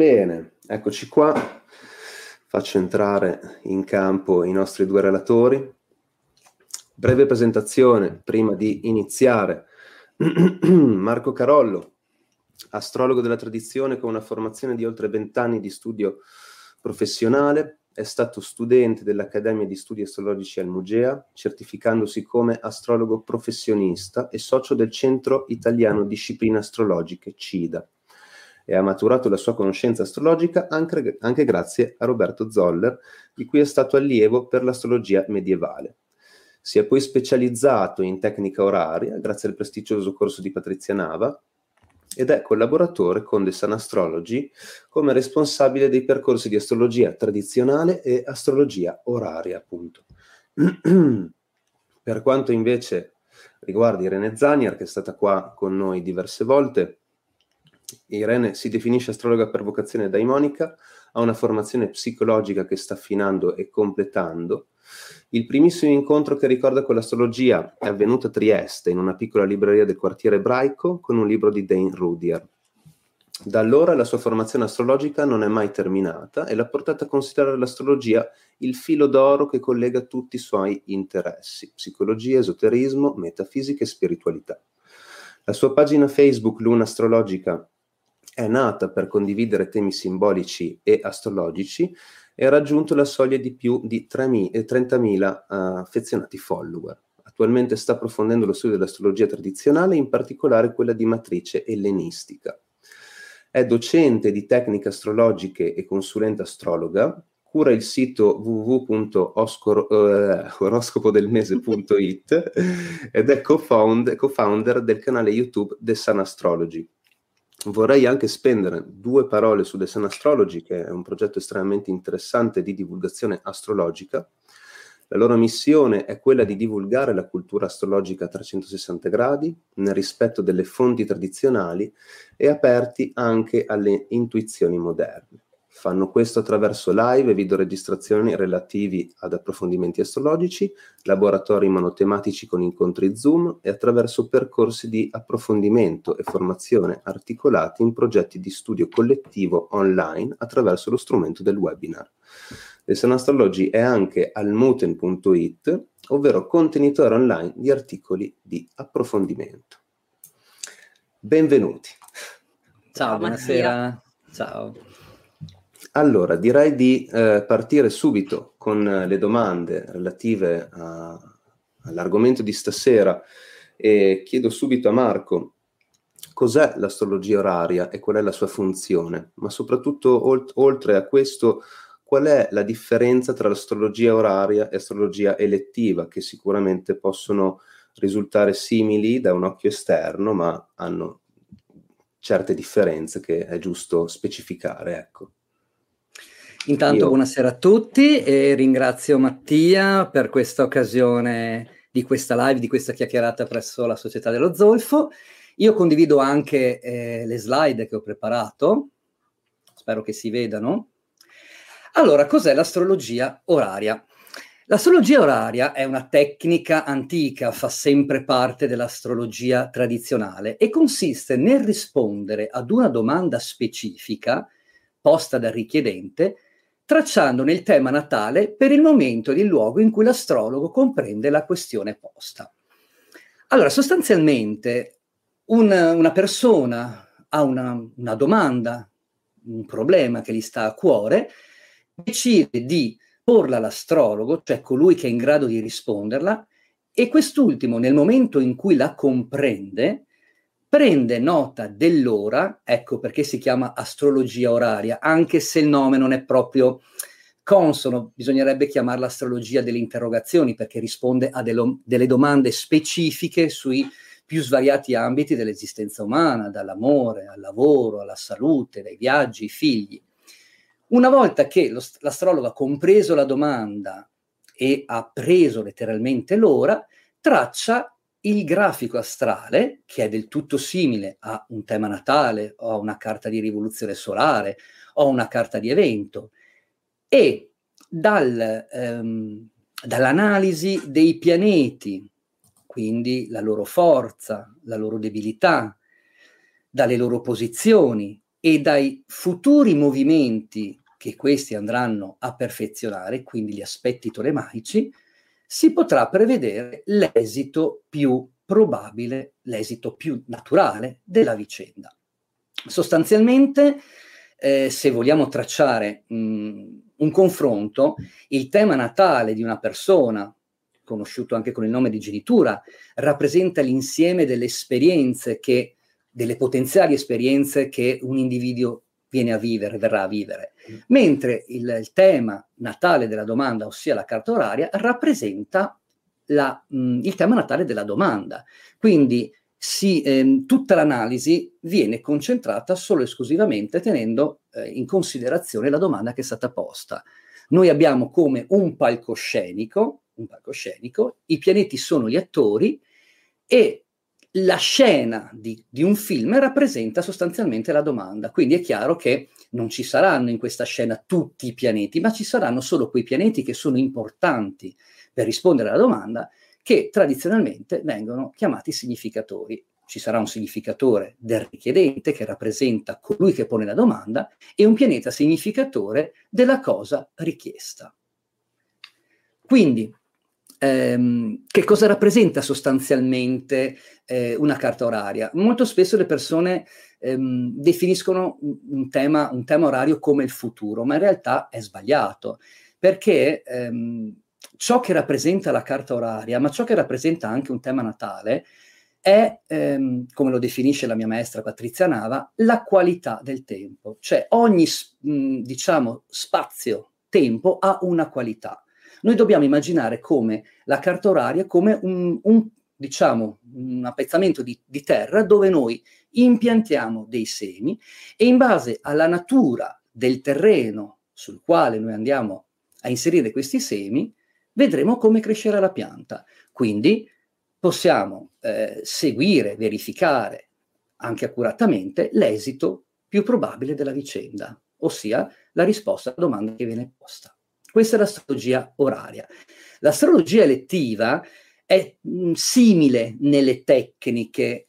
Bene, eccoci qua. Faccio entrare in campo i nostri due relatori. Breve presentazione prima di iniziare. Marco Carollo, astrologo della tradizione con una formazione di oltre 20 anni di studio professionale, è stato studente dell'Accademia di Studi Astrologici al Mugea, certificandosi come astrologo professionista e socio del Centro Italiano Discipline Astrologiche, CIDA, e ha maturato la sua conoscenza astrologica anche grazie a Roberto Zoller, di cui è stato allievo per l'astrologia medievale. Si è poi specializzato in tecnica oraria grazie al prestigioso corso di Patrizia Nava ed è collaboratore con The Sun Astrology come responsabile dei percorsi di astrologia tradizionale e astrologia oraria, appunto. Per quanto invece riguarda Irene Zaniar, che è stata qua con noi diverse volte, Irene si definisce astrologa per vocazione daimonica, ha una formazione psicologica che sta affinando e completando. Il primissimo incontro che ricorda con l'astrologia è avvenuto a Trieste, in una piccola libreria del quartiere ebraico, con un libro di Dane Rudyard. Da allora la sua formazione astrologica non è mai terminata e l'ha portata a considerare l'astrologia il filo d'oro che collega tutti i suoi interessi: psicologia, esoterismo, metafisica e spiritualità. La sua pagina Facebook Luna Astrologica è nata per condividere temi simbolici e astrologici e ha raggiunto la soglia di più di 30.000 affezionati follower. Attualmente sta approfondendo lo studio dell'astrologia tradizionale, in particolare quella di matrice ellenistica. È docente di tecniche astrologiche e consulente astrologa, cura il sito www.oroscopodelmese.it ed è co-founder del canale YouTube The Sun Astrology. Vorrei anche spendere due parole su The Sun Astrology, che è un progetto estremamente interessante di divulgazione astrologica. La loro missione è quella di divulgare la cultura astrologica a 360 gradi, nel rispetto delle fonti tradizionali e aperti anche alle intuizioni moderne. Fanno questo attraverso live e videoregistrazioni relativi ad approfondimenti astrologici, laboratori monotematici con incontri Zoom e attraverso percorsi di approfondimento e formazione articolati in progetti di studio collettivo online attraverso lo strumento del webinar. The Sun Astrology è anche almuten.it, ovvero contenitore online di articoli di approfondimento. Benvenuti. Ciao, buonasera. Ciao. Allora, direi di partire subito con le domande relative all'argomento di stasera e chiedo subito a Marco cos'è l'astrologia oraria e qual è la sua funzione, ma soprattutto oltre a questo qual è la differenza tra l'astrologia oraria e astrologia elettiva, che sicuramente possono risultare simili da un occhio esterno, ma hanno certe differenze che è giusto specificare, ecco. Intanto buonasera a tutti e ringrazio Mattia per questa occasione di questa live, di questa chiacchierata presso la Società dello Zolfo. Io condivido anche le slide che ho preparato, spero che si vedano. Allora, cos'è l'astrologia oraria? L'astrologia oraria è una tecnica antica, fa sempre parte dell'astrologia tradizionale e consiste nel rispondere ad una domanda specifica posta dal richiedente, tracciandone il tema natale per il momento ed il luogo in cui l'astrologo comprende la questione posta. Allora, sostanzialmente, una persona ha una domanda, un problema che gli sta a cuore, decide di porla all'astrologo, cioè colui che è in grado di risponderla, e quest'ultimo, nel momento in cui la comprende, prende nota dell'ora, ecco perché si chiama astrologia oraria, anche se il nome non è proprio consono, bisognerebbe chiamarla astrologia delle interrogazioni, perché risponde a delle domande specifiche sui più svariati ambiti dell'esistenza umana, dall'amore al lavoro, alla salute, dai viaggi, ai figli. Una volta che l'astrologo ha compreso la domanda e ha preso letteralmente l'ora, traccia il grafico astrale, che è del tutto simile a un tema natale, o a una carta di rivoluzione solare, o a una carta di evento, e dall'analisi dei pianeti, quindi la loro forza, la loro debilità, dalle loro posizioni, e dai futuri movimenti che questi andranno a perfezionare, quindi gli aspetti tolemaici, si potrà prevedere l'esito più probabile, l'esito più naturale della vicenda. Sostanzialmente, se vogliamo tracciare un confronto, il tema natale di una persona, conosciuto anche con il nome di genitura, rappresenta l'insieme delle esperienze delle potenziali esperienze che un individuo verrà a vivere, mentre il tema natale della domanda, ossia la carta oraria, rappresenta il tema natale della domanda. Quindi tutta l'analisi viene concentrata solo e esclusivamente tenendo in considerazione la domanda che è stata posta. Noi abbiamo come un palcoscenico, i pianeti sono gli attori e la scena di un film rappresenta sostanzialmente la domanda. Quindi è chiaro che non ci saranno in questa scena tutti i pianeti, ma ci saranno solo quei pianeti che sono importanti per rispondere alla domanda, che tradizionalmente vengono chiamati significatori. Ci sarà un significatore del richiedente che rappresenta colui che pone la domanda e un pianeta significatore della cosa richiesta. Quindi, che cosa rappresenta sostanzialmente una carta oraria? Molto spesso le persone definiscono un tema orario come il futuro, ma in realtà è sbagliato, perché ciò che rappresenta la carta oraria, ma ciò che rappresenta anche un tema natale, è, come lo definisce la mia maestra Patrizia Nava, la qualità del tempo. Cioè ogni, spazio-tempo ha una qualità. Noi dobbiamo immaginare come la carta oraria come un appezzamento di terra dove noi impiantiamo dei semi e in base alla natura del terreno sul quale noi andiamo a inserire questi semi, vedremo come crescerà la pianta. Quindi possiamo seguire, verificare anche accuratamente l'esito più probabile della vicenda, ossia la risposta alla domanda che viene posta. Questa è l'astrologia oraria. L'astrologia elettiva è simile nelle tecniche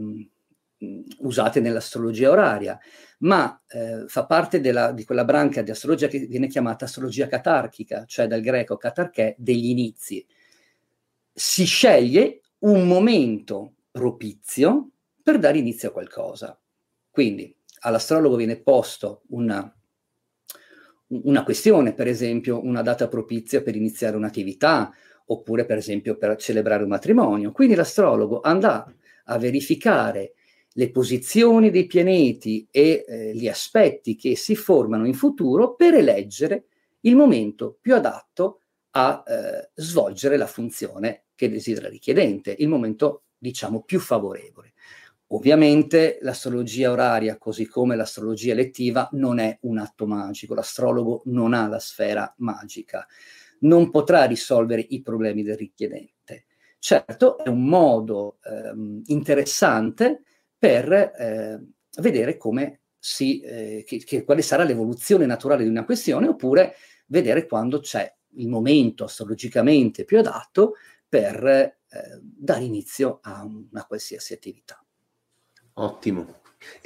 usate nell'astrologia oraria, ma fa parte di quella branca di astrologia che viene chiamata astrologia catarchica, cioè dal greco katarché, degli inizi. Si sceglie un momento propizio per dare inizio a qualcosa. Quindi all'astrologo viene posto una questione, per esempio una data propizia per iniziare un'attività, oppure per esempio per celebrare un matrimonio. Quindi l'astrologo andrà a verificare le posizioni dei pianeti e gli aspetti che si formano in futuro per eleggere il momento più adatto a svolgere la funzione che desidera il richiedente, il momento, diciamo, più favorevole. Ovviamente l'astrologia oraria, così come l'astrologia elettiva, non è un atto magico. L'astrologo non ha la sfera magica, non potrà risolvere i problemi del richiedente. Certo, è un modo interessante per vedere come quale sarà l'evoluzione naturale di una questione, oppure vedere quando c'è il momento astrologicamente più adatto per dare inizio a una qualsiasi attività. Ottimo.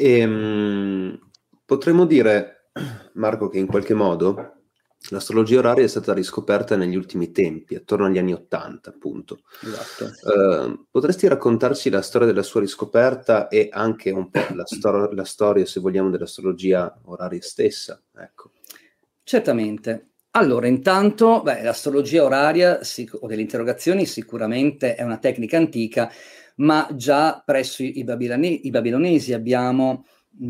Potremmo dire, Marco, che in qualche modo l'astrologia oraria è stata riscoperta negli ultimi tempi, attorno agli anni '80, appunto. Esatto. Potresti raccontarci la storia della sua riscoperta e anche un po' la storia, se vogliamo, dell'astrologia oraria stessa? Ecco. Certamente. Allora, intanto, l'astrologia oraria o delle interrogazioni sicuramente è una tecnica antica, ma già presso i babilonesi abbiamo,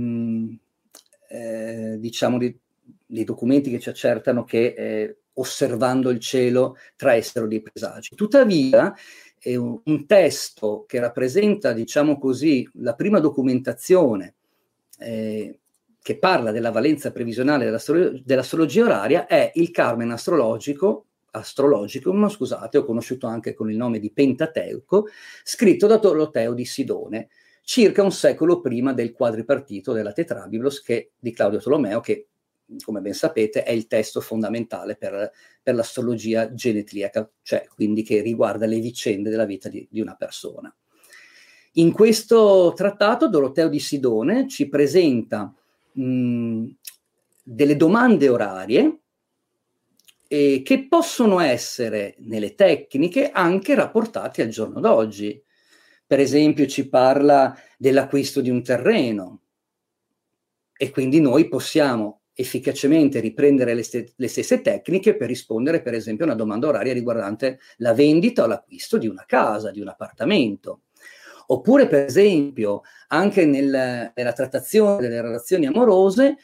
diciamo, dei documenti che ci accertano che osservando il cielo traessero dei presagi. Tuttavia, un testo che rappresenta, diciamo così, la prima documentazione che parla della valenza previsionale dell'astrologia oraria è il Carmen Astrologicum, o conosciuto anche con il nome di Pentateuco, scritto da Doroteo di Sidone, circa un secolo prima del quadripartito della Tetrabiblos di Claudio Tolomeo, che, come ben sapete, è il testo fondamentale per l'astrologia genetriaca, cioè quindi che riguarda le vicende della vita di una persona. In questo trattato Doroteo di Sidone ci presenta delle domande orarie che possono essere nelle tecniche anche rapportate al giorno d'oggi. Per esempio ci parla dell'acquisto di un terreno e quindi noi possiamo efficacemente riprendere le stesse tecniche per rispondere per esempio a una domanda oraria riguardante la vendita o l'acquisto di una casa, di un appartamento. Oppure per esempio anche nella trattazione delle relazioni amorose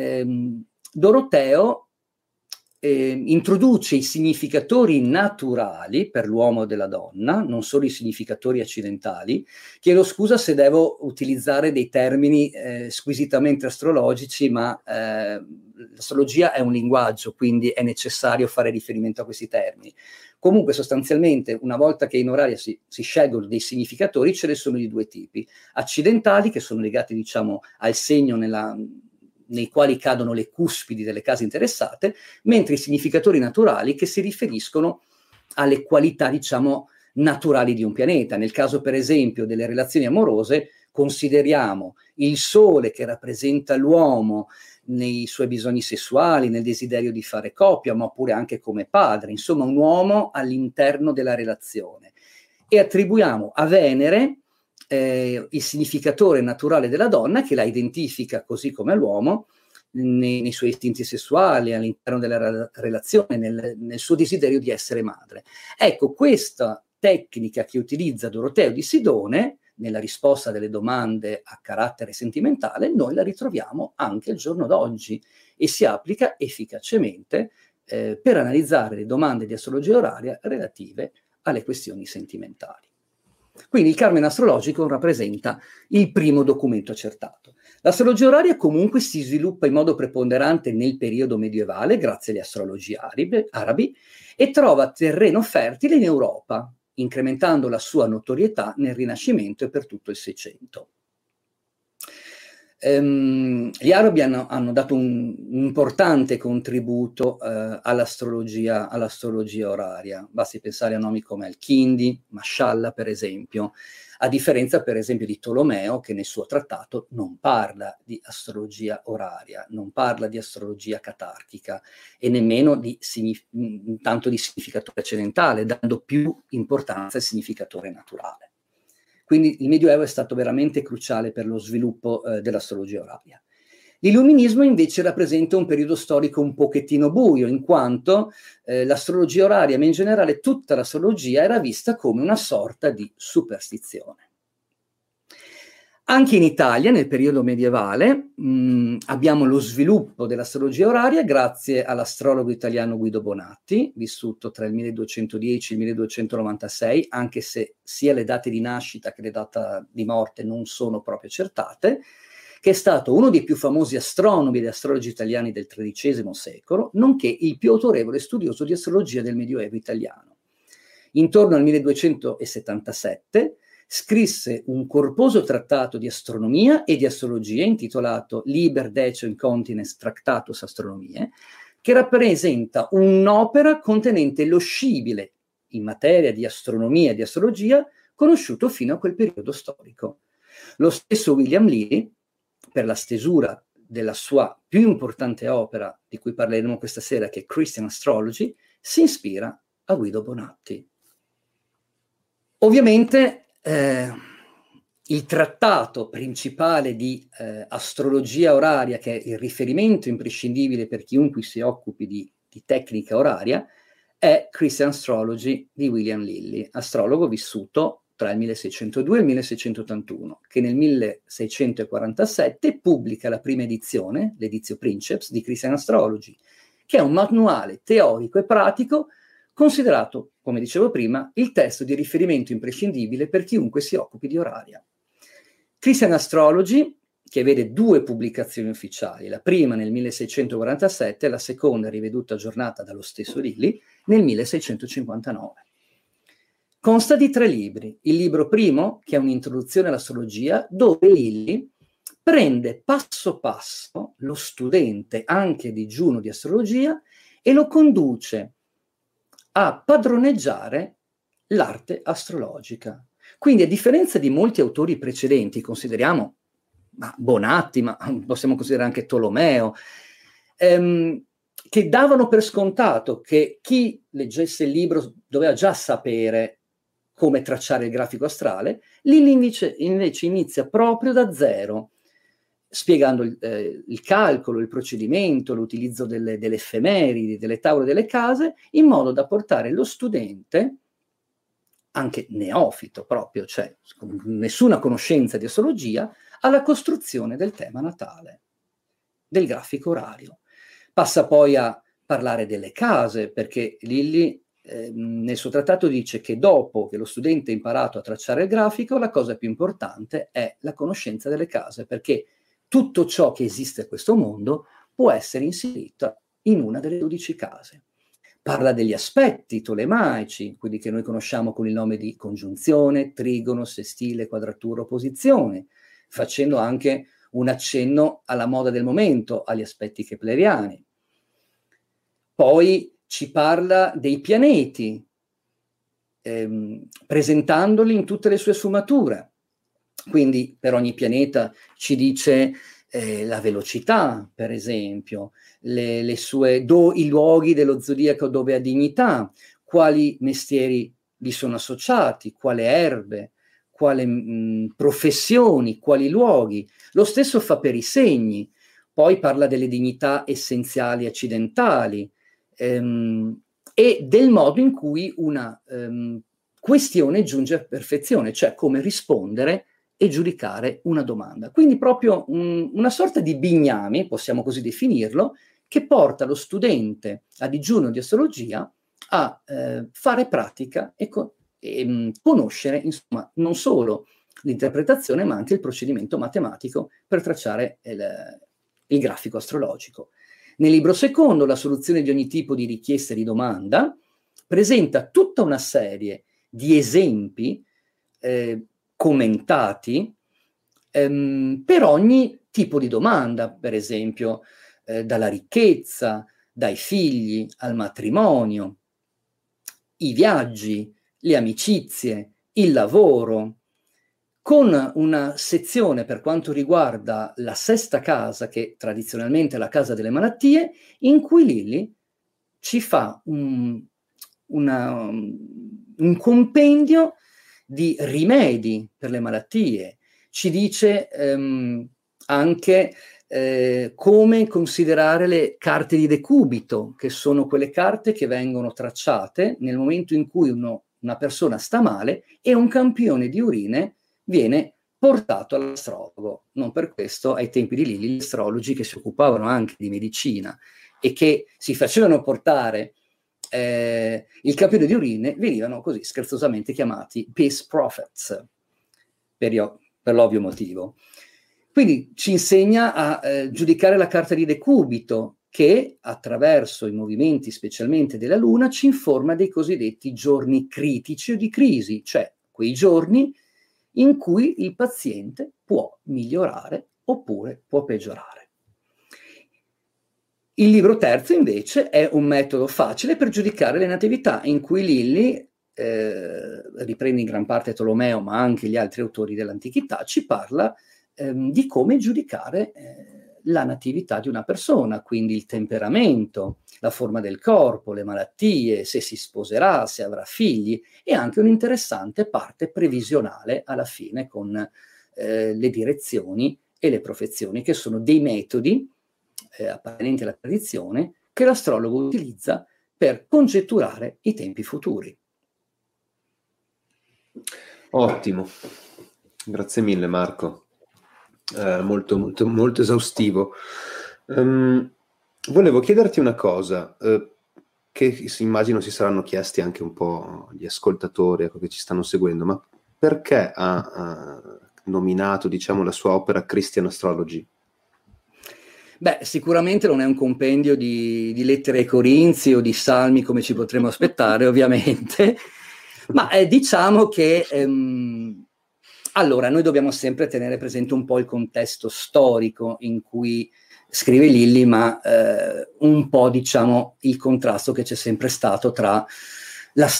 Doroteo introduce i significatori naturali per l'uomo e della donna, non solo i significatori accidentali. Chiedo scusa se devo utilizzare dei termini squisitamente astrologici, ma l'astrologia è un linguaggio, quindi è necessario fare riferimento a questi termini. Comunque sostanzialmente una volta che in oraria si scelgono dei significatori, ce ne sono di due tipi: accidentali, che sono legati diciamo al segno nei quali cadono le cuspidi delle case interessate, mentre i significatori naturali che si riferiscono alle qualità, diciamo, naturali di un pianeta. Nel caso, per esempio, delle relazioni amorose, consideriamo il Sole che rappresenta l'uomo nei suoi bisogni sessuali, nel desiderio di fare coppia, ma oppure anche come padre, insomma un uomo all'interno della relazione. E attribuiamo a Venere il significatore naturale della donna, che la identifica così come l'uomo nei suoi istinti sessuali, all'interno della relazione, nel suo desiderio di essere madre. Ecco, questa tecnica che utilizza Doroteo di Sidone nella risposta delle domande a carattere sentimentale, noi la ritroviamo anche al giorno d'oggi e si applica efficacemente per analizzare le domande di astrologia oraria relative alle questioni sentimentali. Quindi il Carmen astrologico rappresenta il primo documento accertato. L'astrologia oraria comunque si sviluppa in modo preponderante nel periodo medievale, grazie agli astrologi arabi, e trova terreno fertile in Europa, incrementando la sua notorietà nel Rinascimento e per tutto il Seicento. Gli arabi hanno dato un importante contributo all'astrologia oraria. Basti pensare a nomi come Al-Kindi, Mashallah per esempio, a differenza per esempio di Tolomeo, che nel suo trattato non parla di astrologia oraria, non parla di astrologia catarchica e nemmeno tanto di significatore accidentale, dando più importanza al significatore naturale. Quindi il Medioevo è stato veramente cruciale per lo sviluppo dell'astrologia oraria. L'Illuminismo invece rappresenta un periodo storico un pochettino buio, in quanto l'astrologia oraria, ma in generale tutta l'astrologia, era vista come una sorta di superstizione. Anche in Italia, nel periodo medievale, abbiamo lo sviluppo dell'astrologia oraria grazie all'astrologo italiano Guido Bonatti, vissuto tra il 1210 e il 1296, anche se sia le date di nascita che le date di morte non sono proprio accertate, che è stato uno dei più famosi astronomi ed astrologi italiani del XIII secolo, nonché il più autorevole studioso di astrologia del Medioevo italiano. Intorno al 1277 scrisse un corposo trattato di astronomia e di astrologia intitolato Liber Decem Continens Tractatus Astronomiae, che rappresenta un'opera contenente lo scibile in materia di astronomia e di astrologia conosciuto fino a quel periodo storico. Lo stesso William Lilly, per la stesura della sua più importante opera, di cui parleremo questa sera, che è Christian Astrology, si ispira a Guido Bonatti. Ovviamente il trattato principale di astrologia oraria, che è il riferimento imprescindibile per chiunque si occupi di tecnica oraria, è Christian Astrology di William Lilly, astrologo vissuto tra il 1602 e il 1681, che nel 1647 pubblica la prima edizione, l'Editio Princeps, di Christian Astrology, che è un manuale teorico e pratico considerato, come dicevo prima, il testo di riferimento imprescindibile per chiunque si occupi di oraria. Christian Astrology, che vede due pubblicazioni ufficiali, la prima nel 1647 e la seconda riveduta aggiornata dallo stesso Lilly nel 1659. Consta di 3 libri. Il libro primo, che è un'introduzione all'astrologia, dove Lilly prende passo passo lo studente anche digiuno di astrologia e lo conduce a padroneggiare l'arte astrologica. Quindi, a differenza di molti autori precedenti, consideriamo ma Bonatti, ma possiamo considerare anche Tolomeo, che davano per scontato che chi leggesse il libro doveva già sapere come tracciare il grafico astrale. Lilli invece inizia proprio da zero, spiegando il calcolo, il procedimento, l'utilizzo delle effemeridi, delle tavole delle case, in modo da portare lo studente, anche neofito proprio, cioè con nessuna conoscenza di astrologia, alla costruzione del tema natale, del grafico orario. Passa poi a parlare delle case, perché Lilli nel suo trattato dice che dopo che lo studente ha imparato a tracciare il grafico, la cosa più importante è la conoscenza delle case, perché tutto ciò che esiste a questo mondo può essere inserito in una delle 12 case. Parla degli aspetti tolemaici, quelli che noi conosciamo con il nome di congiunzione, trigono, sestile, quadratura, opposizione, facendo anche un accenno alla moda del momento, agli aspetti kepleriani. Poi ci parla dei pianeti, presentandoli in tutte le sue sfumature. Quindi per ogni pianeta ci dice la velocità, per esempio, i luoghi dello zodiaco dove ha dignità, quali mestieri gli sono associati, quali erbe, quali professioni, quali luoghi. Lo stesso fa per i segni, poi parla delle dignità essenziali accidentali, e del modo in cui una questione giunge a perfezione, cioè come rispondere e giudicare una domanda. Quindi proprio una sorta di bignami, possiamo così definirlo, che porta lo studente a digiuno di astrologia a fare pratica e conoscere, insomma, non solo l'interpretazione, ma anche il procedimento matematico per tracciare il grafico astrologico. Nel libro secondo, La soluzione di ogni tipo di richiesta e di domanda, presenta tutta una serie di esempi commentati per ogni tipo di domanda, per esempio dalla ricchezza, dai figli al matrimonio, i viaggi, le amicizie, il lavoro, con una sezione per quanto riguarda la sesta casa, che tradizionalmente è la casa delle malattie, in cui Lilli ci fa un compendio di rimedi per le malattie, ci dice anche come considerare le carte di decubito, che sono quelle carte che vengono tracciate nel momento in cui una persona sta male e un campione di urine viene portato all'astrologo. Non per questo, ai tempi di Lilli, gli astrologi che si occupavano anche di medicina e che si facevano portare il campione di urine venivano così scherzosamente chiamati peace prophets, per l'ovvio motivo. Quindi ci insegna a giudicare la carta di decubito, che attraverso i movimenti specialmente della Luna ci informa dei cosiddetti giorni critici o di crisi, cioè quei giorni in cui il paziente può migliorare oppure può peggiorare. Il libro terzo invece è un metodo facile per giudicare le natività, in cui Lilli riprende in gran parte Tolomeo, ma anche gli altri autori dell'antichità, ci parla di come giudicare la natività di una persona, quindi il temperamento, la forma del corpo, le malattie, se si sposerà, se avrà figli, e anche un'interessante parte previsionale alla fine con le direzioni e le profezioni, che sono dei metodi appartenenti alla tradizione che l'astrologo utilizza per congetturare i tempi futuri. Ottimo, grazie mille Marco, molto, molto, molto esaustivo. Volevo chiederti una cosa, che immagino si saranno chiesti anche un po' gli ascoltatori che ci stanno seguendo, ma perché ha nominato, diciamo, la sua opera Christian Astrology? Beh, sicuramente non è un compendio di lettere ai Corinzi o di salmi come ci potremmo aspettare, ovviamente, ma diciamo che allora noi dobbiamo sempre tenere presente un po' il contesto storico in cui scrive Lilli, ma un po' diciamo il contrasto che c'è sempre stato tra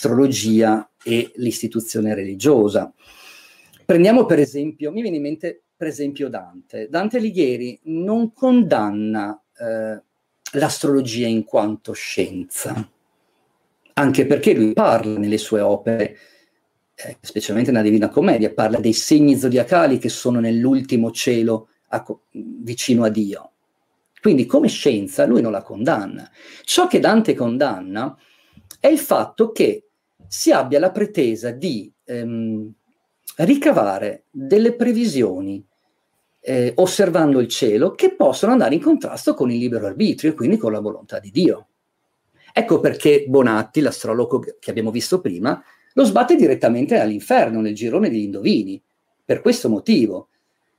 l'astrologia e l'istituzione religiosa. Prendiamo per esempio, mi viene in mente per esempio Dante. Dante Alighieri non condanna l'astrologia in quanto scienza, anche perché lui parla nelle sue opere, specialmente nella Divina Commedia, parla dei segni zodiacali che sono nell'ultimo cielo vicino a Dio. Quindi come scienza lui non la condanna. Ciò che Dante condanna è il fatto che si abbia la pretesa di ricavare delle previsioni osservando il cielo che possono andare in contrasto con il libero arbitrio e quindi con la volontà di Dio. Ecco perché Bonatti, l'astrologo che abbiamo visto prima, lo sbatte direttamente all'inferno, nel girone degli indovini, per questo motivo.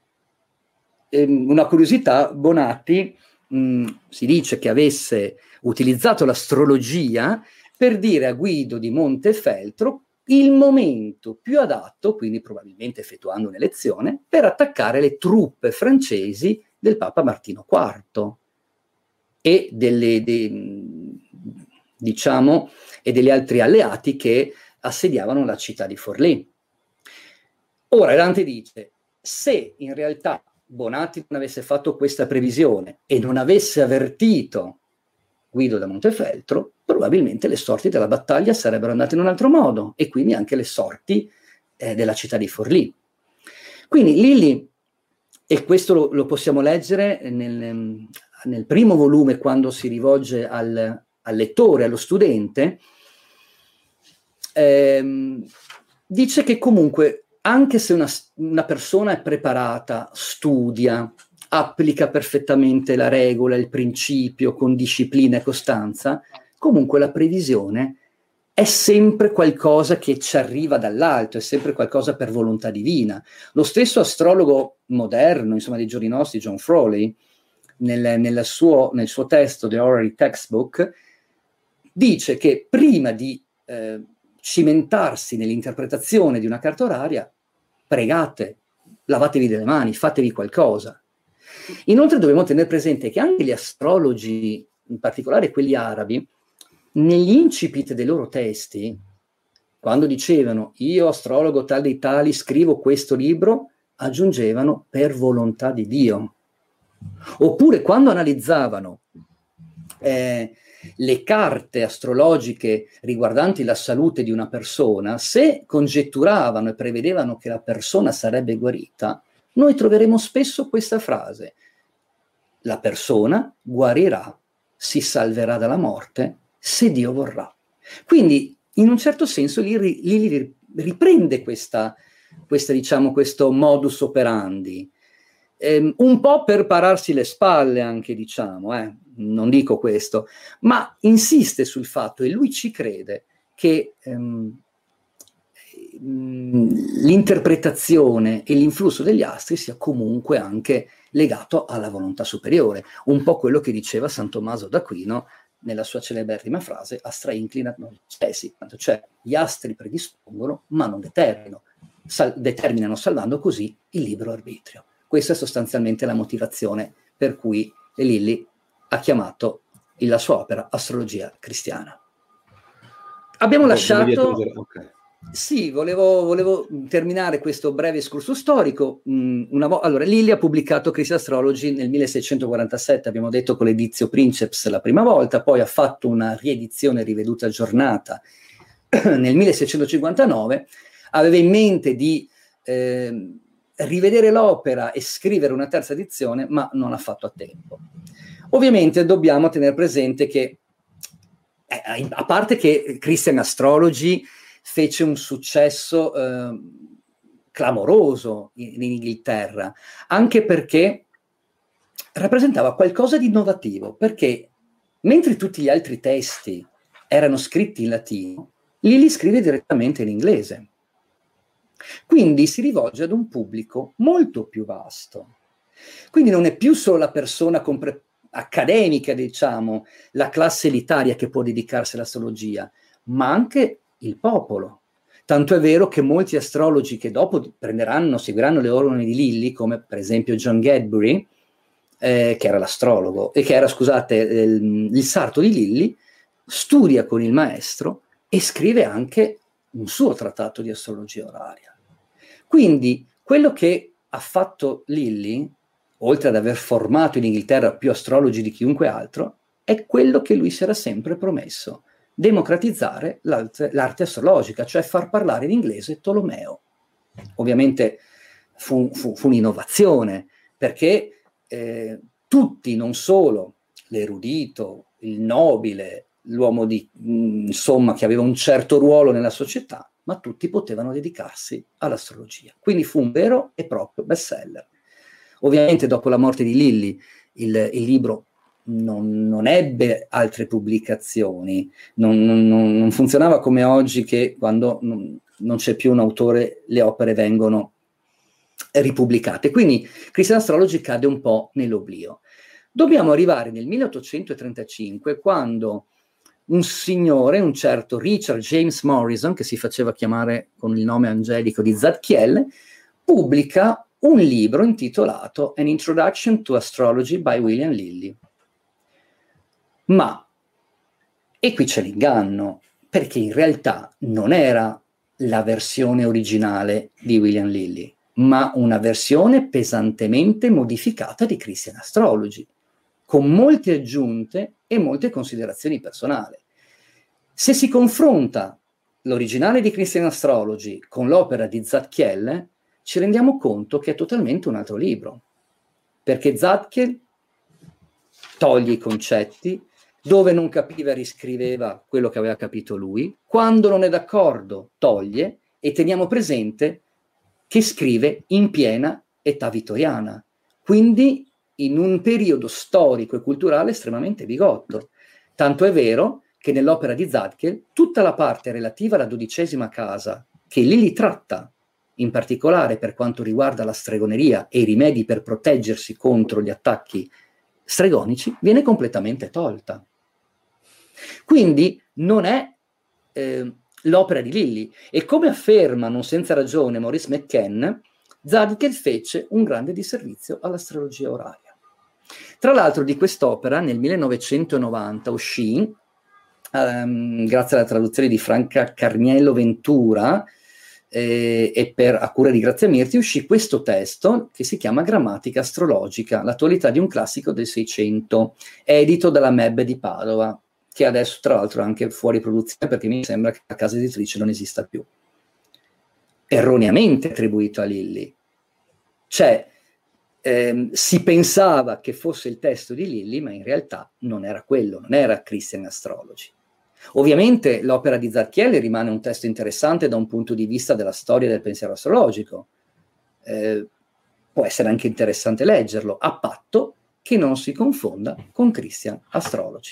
Una curiosità, Bonatti si dice che avesse utilizzato l'astrologia per dire a Guido di Montefeltro il momento più adatto, quindi probabilmente effettuando un'elezione, per attaccare le truppe francesi del Papa Martino IV e degli altri alleati che assediavano la città di Forlì. Ora Dante dice, se in realtà Bonatti non avesse fatto questa previsione e non avesse avvertito Guido da Montefeltro, probabilmente le sorti della battaglia sarebbero andate in un altro modo e quindi anche le sorti della città di Forlì. Quindi Lilli, e questo lo possiamo leggere nel primo volume quando si rivolge al lettore, allo studente, dice che comunque anche se una persona è preparata, studia, applica perfettamente la regola, il principio con disciplina e costanza, comunque la previsione è sempre qualcosa che ci arriva dall'alto, è sempre qualcosa per volontà divina. Lo stesso astrologo moderno, insomma, dei giorni nostri, John Frawley, nel suo testo, The Horary Textbook, dice che prima di cimentarsi nell'interpretazione di una carta oraria, pregate, lavatevi le mani, fatevi qualcosa. Inoltre dobbiamo tenere presente che anche gli astrologi, in particolare quelli arabi, negli incipit dei loro testi, quando dicevano io astrologo tal dei tali scrivo questo libro, aggiungevano per volontà di Dio. Oppure quando analizzavano le carte astrologiche riguardanti la salute di una persona, se congetturavano e prevedevano che la persona sarebbe guarita, noi troveremo spesso questa frase: la persona guarirà, si salverà dalla morte, se Dio vorrà. Quindi, in un certo senso, Lilli riprende questo modus operandi, un po' per pararsi le spalle anche, non dico questo, ma insiste sul fatto, e lui ci crede, che l'interpretazione e l'influsso degli astri sia comunque anche legato alla volontà superiore, un po' quello che diceva San Tommaso d'Aquino nella sua celeberrima frase astra inclinat non spesi, cioè gli astri predispongono ma non determinano, salvando così il libero arbitrio. Questa è sostanzialmente la motivazione per cui Lilli ha chiamato la sua opera Astrologia cristiana. Abbiamo lasciato... Okay. Sì, volevo terminare questo breve escurso storico. Allora, Lilli ha pubblicato Christian Astrology nel 1647, abbiamo detto con l'edizio Princeps la prima volta, poi ha fatto una riedizione riveduta aggiornata nel 1659, aveva in mente di rivedere l'opera e scrivere una terza edizione, ma non l'ha fatto a tempo. Ovviamente dobbiamo tenere presente che, a parte che Christian Astrology fece un successo clamoroso in Inghilterra, anche perché rappresentava qualcosa di innovativo, perché mentre tutti gli altri testi erano scritti in latino, Lilli scrive direttamente in inglese. Quindi si rivolge ad un pubblico molto più vasto. Quindi non è più solo la persona accademica, la classe elitaria che può dedicarsi all'astrologia, ma anche il popolo. Tanto è vero che molti astrologi che dopo seguiranno le orme di Lilli, come per esempio John Gadbury, che era l'astrologo, e che era, il sarto di Lilli, studia con il maestro e scrive anche un suo trattato di astrologia oraria. Quindi quello che ha fatto Lilly, oltre ad aver formato in Inghilterra più astrologi di chiunque altro, è quello che lui si era sempre promesso: democratizzare l'arte astrologica, cioè far parlare in inglese Tolomeo. Ovviamente fu un'innovazione, perché tutti, non solo l'erudito, il nobile, l'uomo insomma, che aveva un certo ruolo nella società, ma tutti potevano dedicarsi all'astrologia. Quindi fu un vero e proprio bestseller. Ovviamente dopo la morte di Lilly il libro non ebbe altre pubblicazioni, non funzionava come oggi, che quando non c'è più un autore le opere vengono ripubblicate. Quindi Christian Astrology cade un po' nell'oblio. Dobbiamo arrivare nel 1835, quando un signore, un certo Richard James Morrison, che si faceva chiamare con il nome angelico di Zadkiel, pubblica un libro intitolato An Introduction to Astrology by William Lilly. Ma, e qui c'è l'inganno, perché in realtà non era la versione originale di William Lilly, ma una versione pesantemente modificata di Christian Astrology, con molte aggiunte e molte considerazioni personali. Se si confronta l'originale di Christian Astrology con l'opera di Zadkiel, ci rendiamo conto che è totalmente un altro libro, perché Zadkiel toglie i concetti, dove non capiva riscriveva quello che aveva capito lui, quando non è d'accordo toglie, e teniamo presente che scrive in piena età vittoriana, quindi in un periodo storico e culturale estremamente bigotto. Tanto è vero che nell'opera di Zadkiel tutta la parte relativa alla 12ª casa, che Lilly tratta in particolare per quanto riguarda la stregoneria e i rimedi per proteggersi contro gli attacchi stregonici, viene completamente tolta. Quindi non è l'opera di Lilly, e come afferma non senza ragione Maurice McCann, Zadkiel fece un grande disservizio all'astrologia oraria. Tra l'altro di quest'opera nel 1990 uscì, grazie alla traduzione di Franca Carniello Ventura e a cura di Grazia Mirti, uscì questo testo che si chiama Grammatica astrologica, l'attualità di un classico del Seicento, edito dalla MEB di Padova, che adesso tra l'altro è anche fuori produzione, perché mi sembra che la casa editrice non esista più. Erroneamente attribuito a Lilly. Cioè, si pensava che fosse il testo di Lilly, ma in realtà non era quello, non era Christian Astrology. Ovviamente l'opera di Zadkiel rimane un testo interessante da un punto di vista della storia del pensiero astrologico. Può essere anche interessante leggerlo, a patto che non si confonda con Christian Astrology.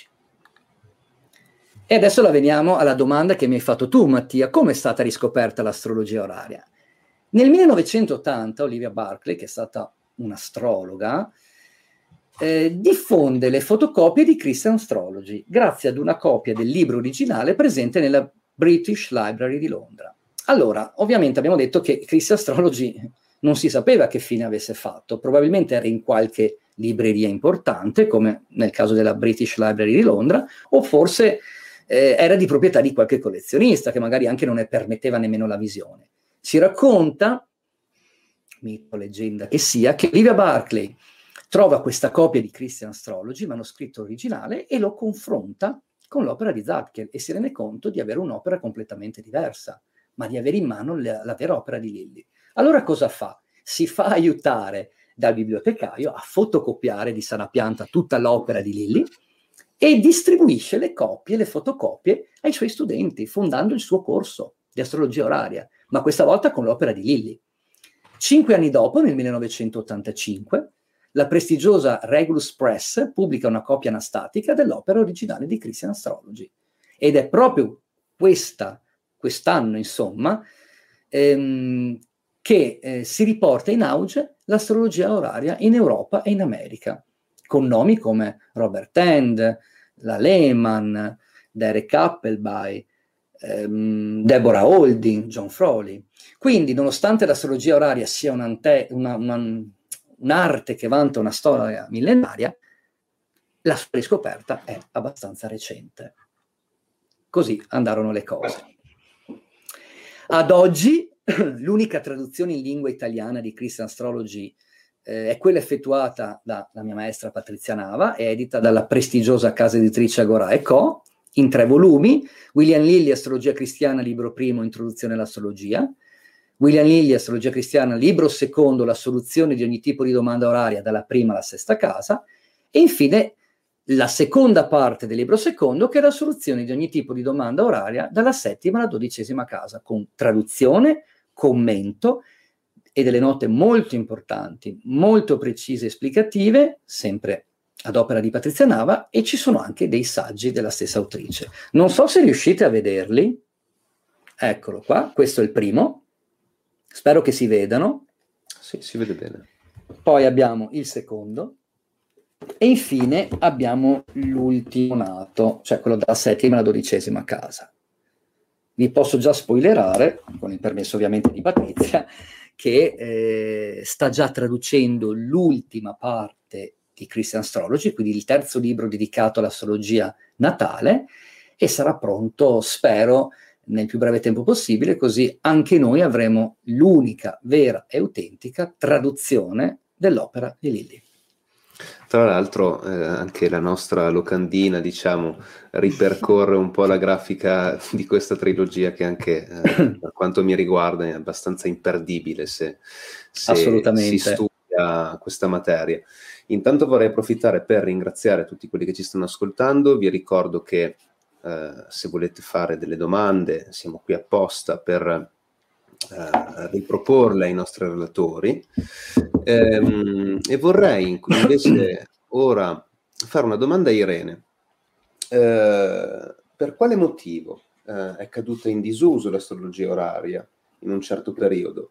E adesso la veniamo alla domanda che mi hai fatto tu, Mattia: come è stata riscoperta l'astrologia oraria? Nel 1980 Olivia Barclay, che è stata un'astrologa, diffonde le fotocopie di Christian Astrology grazie ad una copia del libro originale presente nella British Library di Londra. Allora, ovviamente abbiamo detto che Christian Astrology non si sapeva che fine avesse fatto, probabilmente era in qualche libreria importante, come nel caso della British Library di Londra, o forse era di proprietà di qualche collezionista che magari anche non ne permetteva nemmeno la visione. Si racconta, mito, leggenda che sia, che Olivia Barclay trova questa copia di Christian Astrology, manoscritto originale, e lo confronta con l'opera di Zadkiel e si rende conto di avere un'opera completamente diversa, ma di avere in mano la vera opera di Lilly. Allora cosa fa? Si fa aiutare dal bibliotecario a fotocopiare di sana pianta tutta l'opera di Lilly e distribuisce le copie, le fotocopie ai suoi studenti, fondando il suo corso di astrologia oraria, ma questa volta con l'opera di Lilly. 5 anni dopo, nel 1985, la prestigiosa Regulus Press pubblica una copia anastatica dell'opera originale di Christian Astrology. Ed è proprio quest'anno, insomma, che si riporta in auge l'astrologia oraria in Europa e in America, con nomi come Robert Hand, la Lehman, Derek Appleby, Deborah Holding, John Froley. Quindi, nonostante l'astrologia oraria sia un'arte che vanta una storia millenaria, la sua riscoperta è abbastanza recente. Così andarono le cose. Ad oggi l'unica traduzione in lingua italiana di Christian Astrology è quella effettuata dalla mia maestra Patrizia Nava, è edita dalla prestigiosa casa editrice Agora & Co., in 3 volumi. William Lilly, Astrologia Cristiana, libro primo, Introduzione all'astrologia. William Lilly, Astrologia Cristiana, libro secondo, La soluzione di ogni tipo di domanda oraria, dalla prima alla 6ª casa. E infine la seconda parte del libro secondo, che è La soluzione di ogni tipo di domanda oraria, dalla 7ª alla 12ª casa, con traduzione, commento e delle note molto importanti, molto precise e esplicative, sempre ad opera di Patrizia Nava, e ci sono anche dei saggi della stessa autrice. Non so se riuscite a vederli. Eccolo qua, questo è il primo. Spero che si vedano. Sì, si vede bene. Poi abbiamo il secondo. E infine abbiamo l'ultimo nato, cioè quello dalla 7ª alla 12ª casa. Vi posso già spoilerare, con il permesso ovviamente di Patrizia, che sta già traducendo l'ultima parte di Christian Astrology, quindi il terzo libro dedicato all'astrologia natale, e sarà pronto, spero, nel più breve tempo possibile, così anche noi avremo l'unica, vera e autentica traduzione dell'opera di Lilly. Tra l'altro anche la nostra locandina, diciamo, ripercorre un po' la grafica di questa trilogia, che anche per quanto mi riguarda è abbastanza imperdibile se si studia questa materia. Intanto vorrei approfittare per ringraziare tutti quelli che ci stanno ascoltando. Vi ricordo che se volete fare delle domande siamo qui apposta per riproporle ai nostri relatori, e vorrei invece ora fare una domanda a Irene. Per quale motivo è caduta in disuso l'astrologia oraria in un certo periodo?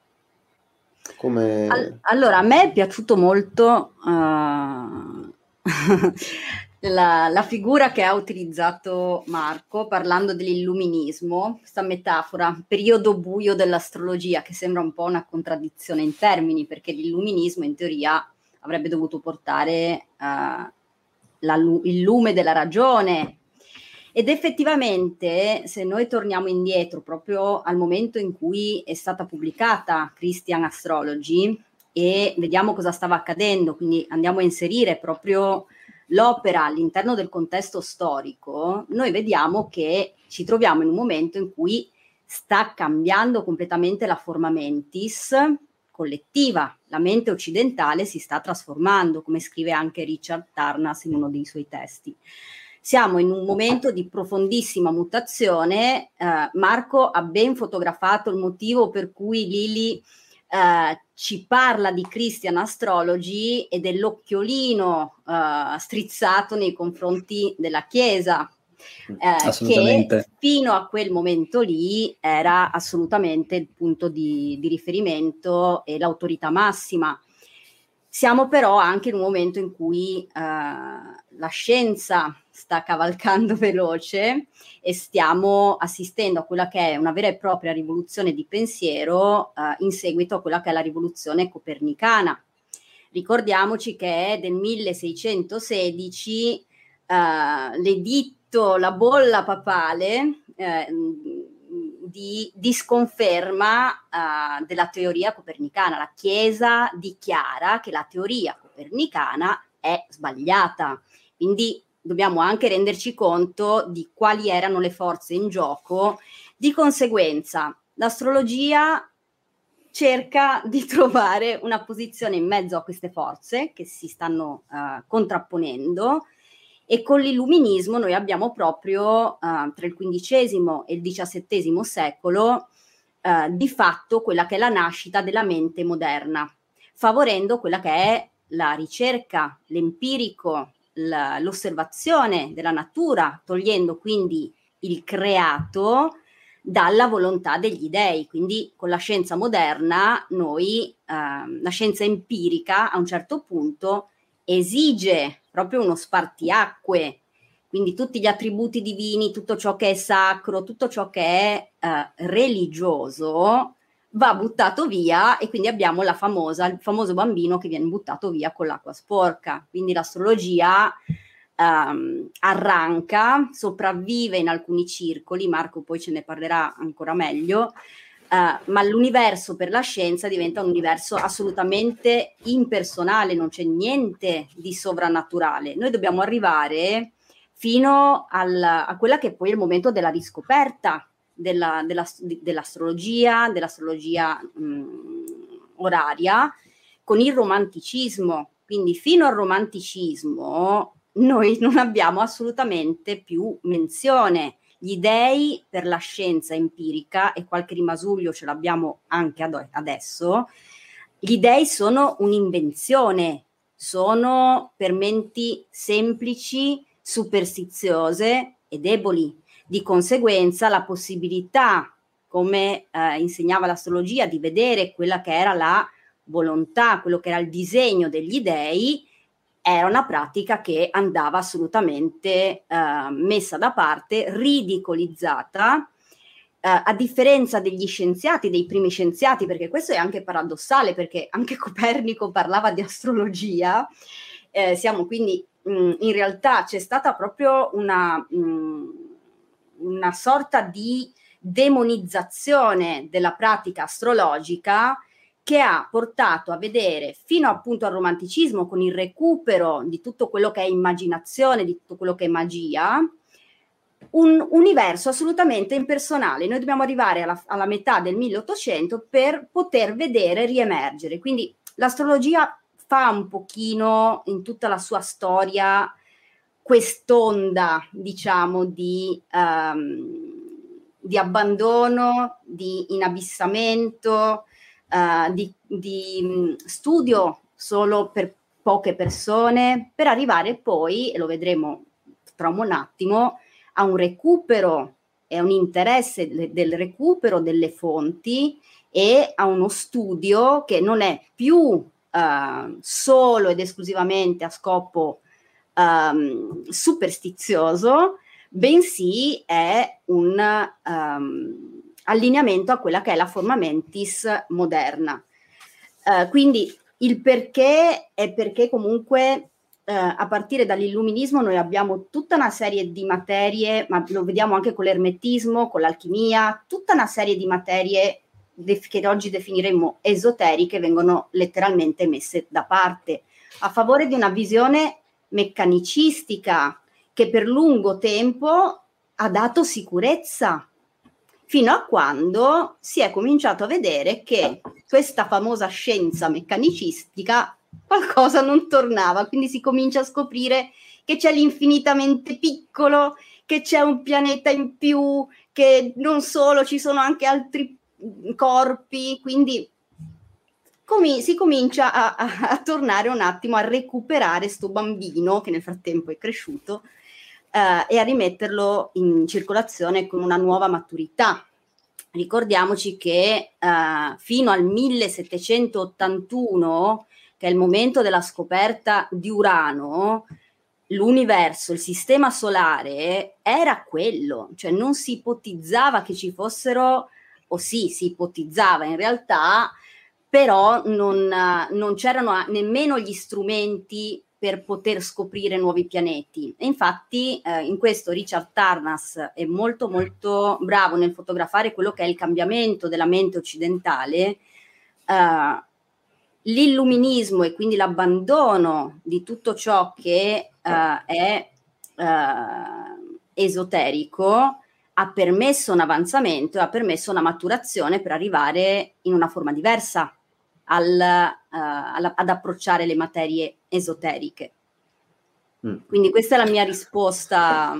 Allora, a me è piaciuto molto la figura che ha utilizzato Marco parlando dell'illuminismo, questa metafora, periodo buio dell'astrologia, che sembra un po' una contraddizione in termini, perché l'illuminismo in teoria avrebbe dovuto portare il lume della ragione. Ed effettivamente, se noi torniamo indietro proprio al momento in cui è stata pubblicata Christian Astrology e vediamo cosa stava accadendo, quindi andiamo a inserire proprio l'opera all'interno del contesto storico, noi vediamo che ci troviamo in un momento in cui sta cambiando completamente la forma mentis collettiva, la mente occidentale si sta trasformando, come scrive anche Richard Tarnas in uno dei suoi testi. Siamo in un momento di profondissima mutazione. Marco ha ben fotografato il motivo per cui Lilly ci parla di Christian Astrology e dell'occhiolino strizzato nei confronti della Chiesa, che fino a quel momento lì era assolutamente il punto di riferimento e l'autorità massima. Siamo però anche in un momento in cui la scienza sta cavalcando veloce e stiamo assistendo a quella che è una vera e propria rivoluzione di pensiero in seguito a quella che è la rivoluzione copernicana. Ricordiamoci che è del 1616 l'editto, la bolla papale di sconferma della teoria copernicana. La Chiesa dichiara che la teoria copernicana è sbagliata, quindi dobbiamo anche renderci conto di quali erano le forze in gioco. Di conseguenza, l'astrologia cerca di trovare una posizione in mezzo a queste forze che si stanno contrapponendo, e con l'illuminismo noi abbiamo proprio tra il XV e il XVII secolo di fatto quella che è la nascita della mente moderna, favorendo quella che è la ricerca, l'empirico, l'osservazione della natura, togliendo quindi il creato dalla volontà degli dei. Quindi con la scienza moderna noi, la scienza empirica a un certo punto esige proprio uno spartiacque, quindi tutti gli attributi divini, tutto ciò che è sacro, tutto ciò che è religioso va buttato via, e quindi abbiamo il famoso bambino che viene buttato via con l'acqua sporca. Quindi l'astrologia arranca, sopravvive in alcuni circoli, Marco poi ce ne parlerà ancora meglio, ma l'universo per la scienza diventa un universo assolutamente impersonale, non c'è niente di sovrannaturale. Noi dobbiamo arrivare fino a quella che poi è il momento della riscoperta dell'astrologia oraria, con il romanticismo. Quindi fino al romanticismo noi non abbiamo assolutamente più menzione. Gli dei per la scienza empirica, e qualche rimasuglio ce l'abbiamo anche adesso, gli dei sono un'invenzione, sono per menti semplici, superstiziose e deboli. Di conseguenza la possibilità, come insegnava l'astrologia, di vedere quella che era la volontà, quello che era il disegno degli dei, era una pratica che andava assolutamente messa da parte, ridicolizzata, a differenza degli scienziati, dei primi scienziati, perché questo è anche paradossale, perché anche Copernico parlava di astrologia, siamo quindi, in realtà c'è stata proprio una sorta di demonizzazione della pratica astrologica, che ha portato a vedere fino appunto al romanticismo, con il recupero di tutto quello che è immaginazione, di tutto quello che è magia, un universo assolutamente impersonale. Noi dobbiamo arrivare alla metà del 1800 per poter vedere riemergere. Quindi l'astrologia fa un pochino in tutta la sua storia quest'onda, diciamo, di abbandono, di inabissamento, di studio solo per poche persone, per arrivare poi, e lo vedremo tra un attimo, a un recupero e a un interesse del recupero delle fonti e a uno studio che non è più solo ed esclusivamente a scopo superstizioso, bensì è un allineamento a quella che è la forma mentis moderna. Quindi il perché è perché comunque a partire dall'illuminismo noi abbiamo tutta una serie di materie, ma lo vediamo anche con l'ermetismo, con l'alchimia, tutta una serie di materie che oggi definiremmo esoteriche vengono letteralmente messe da parte a favore di una visione meccanicistica che per lungo tempo ha dato sicurezza, fino a quando si è cominciato a vedere che questa famosa scienza meccanicistica qualcosa non tornava, quindi si comincia a scoprire che c'è l'infinitamente piccolo, che c'è un pianeta in più, che non solo, ci sono anche altri corpi, quindi si comincia a tornare un attimo a recuperare sto bambino che nel frattempo è cresciuto, e a rimetterlo in circolazione con una nuova maturità. Ricordiamoci che fino al 1781, che è il momento della scoperta di Urano, l'universo, il sistema solare era quello, cioè non si ipotizzava che ci fossero, o sì, si ipotizzava in realtà, però non c'erano nemmeno gli strumenti per poter scoprire nuovi pianeti. E infatti in questo Richard Tarnas è molto molto bravo nel fotografare quello che è il cambiamento della mente occidentale, l'illuminismo e quindi l'abbandono di tutto ciò che è esoterico ha permesso un avanzamento e ha permesso una maturazione per arrivare in una forma diversa ad approcciare le materie esoteriche. Quindi questa è la mia risposta.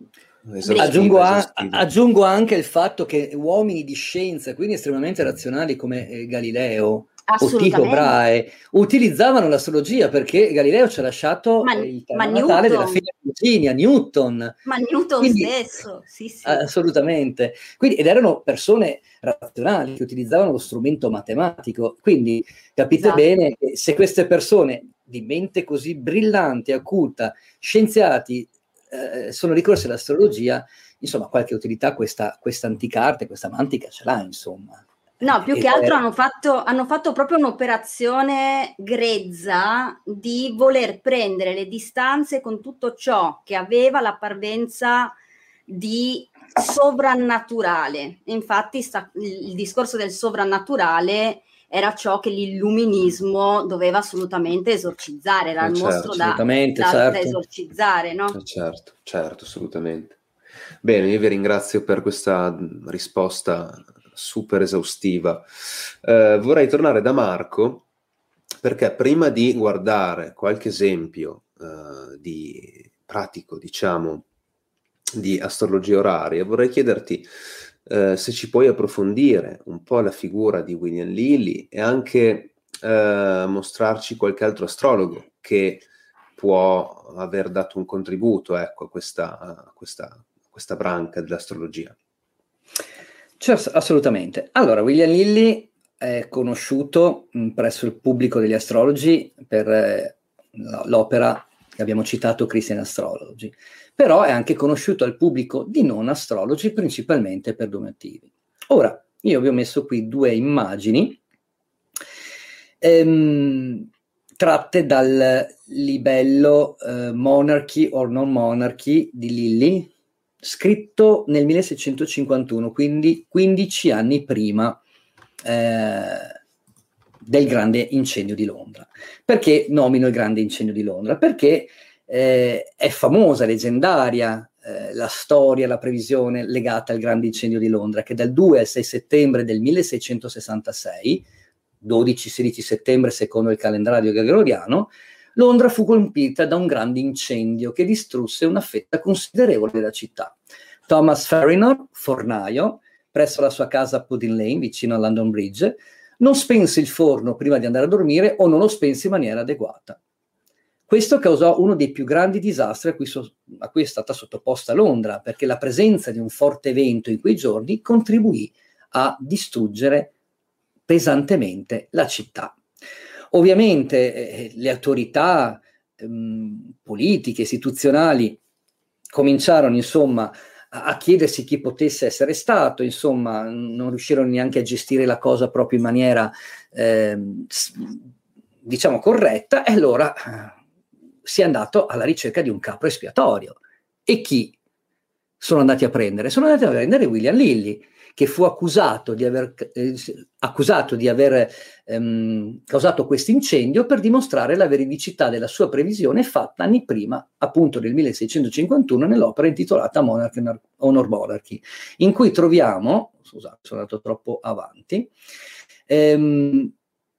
Aggiungo anche il fatto che uomini di scienza, quindi estremamente razionali come Galileo o Tycho Brahe, utilizzavano l'astrologia, perché Galileo ci ha lasciato il tema natale della figlia Virginia, Newton. Ma Newton quindi, stesso, sì. Assolutamente. Quindi, ed erano persone razionali che utilizzavano lo strumento matematico. Quindi capite bene che se queste persone di mente così brillante, acuta, scienziati, sono ricorsi all'astrologia, insomma qualche utilità questa anticarte, questa mantica ce l'ha, insomma. No, più che altro hanno fatto proprio un'operazione grezza di voler prendere le distanze con tutto ciò che aveva la parvenza di sovrannaturale. Infatti il discorso del sovrannaturale era ciò che l'illuminismo doveva assolutamente esorcizzare, era il mostro da esorcizzare, no? Certo, assolutamente. Bene, io vi ringrazio per questa risposta super esaustiva. Vorrei tornare da Marco, perché prima di guardare qualche esempio di pratico, diciamo, di astrologia oraria, vorrei chiederti se ci puoi approfondire un po' la figura di William Lilly e anche mostrarci qualche altro astrologo che può aver dato un contributo, ecco, a questa branca dell'astrologia. Certo, assolutamente. Allora, William Lilly è conosciuto presso il pubblico degli astrologi per l'opera che abbiamo citato, Christian Astrology, però è anche conosciuto al pubblico di non astrologi principalmente per due motivi. Ora, io vi ho messo qui due immagini tratte dal libello Monarchy or Non Monarchy di Lilly, scritto nel 1651, quindi 15 anni prima del grande incendio di Londra. Perché nomino il grande incendio di Londra? Perché è famosa, leggendaria, la storia, la previsione legata al grande incendio di Londra, che dal 2 al 6 settembre del 1666, 12-16 settembre secondo il calendario gregoriano, Londra fu colpita da un grande incendio che distrusse una fetta considerevole della città. Thomas Farrinor, fornaio, presso la sua casa a Pudding Lane, vicino a London Bridge, non spense il forno prima di andare a dormire o non lo spense in maniera adeguata. Questo causò uno dei più grandi disastri a cui è stata sottoposta Londra, perché la presenza di un forte vento in quei giorni contribuì a distruggere pesantemente la città. Ovviamente le autorità politiche, istituzionali cominciarono insomma a chiedersi chi potesse essere stato, insomma non riuscirono neanche a gestire la cosa proprio in maniera diciamo corretta, e allora si è andato alla ricerca di un capo espiatorio. E chi sono andati a prendere? Sono andati a prendere William Lilly, che fu accusato di aver causato questo incendio per dimostrare la veridicità della sua previsione fatta anni prima, appunto nel 1651, nell'opera intitolata Monarchy or Non Monarchy, in cui troviamo, scusate, sono andato troppo avanti, delle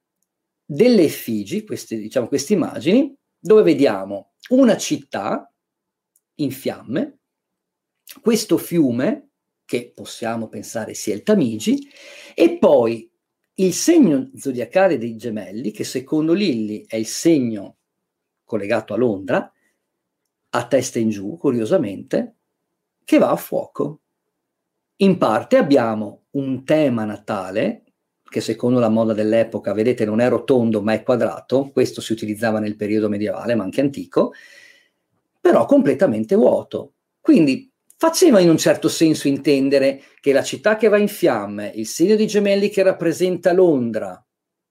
effigi, queste immagini, dove vediamo una città in fiamme, questo fiume, che possiamo pensare sia il Tamigi, e poi il segno zodiacale dei gemelli, che secondo Lilly è il segno collegato a Londra, a testa in giù, curiosamente, che va a fuoco. In parte abbiamo un tema natale, che secondo la moda dell'epoca, vedete, non è rotondo ma è quadrato, questo si utilizzava nel periodo medievale ma anche antico, però completamente vuoto. Quindi faceva in un certo senso intendere che la città che va in fiamme, il segno dei gemelli che rappresenta Londra,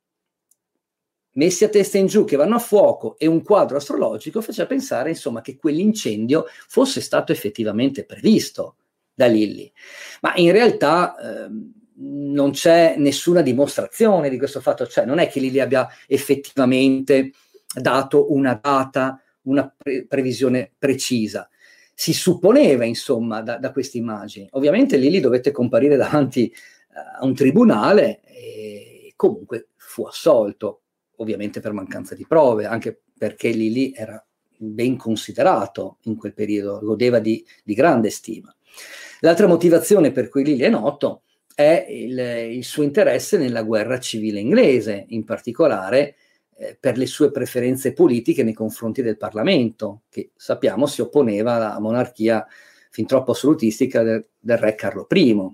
messi a testa in giù che vanno a fuoco, e un quadro astrologico faceva pensare insomma che quell'incendio fosse stato effettivamente previsto da Lilly. Ma in realtà non c'è nessuna dimostrazione di questo fatto, cioè non è che Lilly abbia effettivamente dato una data, una previsione precisa. Si supponeva, insomma, da queste immagini. Ovviamente Lilly dovette comparire davanti a un tribunale e comunque fu assolto, ovviamente per mancanza di prove, anche perché Lilly era ben considerato in quel periodo, godeva di grande stima. L'altra motivazione per cui Lilly è noto è il suo interesse nella guerra civile inglese, in particolare per le sue preferenze politiche nei confronti del Parlamento, che sappiamo si opponeva alla monarchia fin troppo assolutistica del re Carlo I.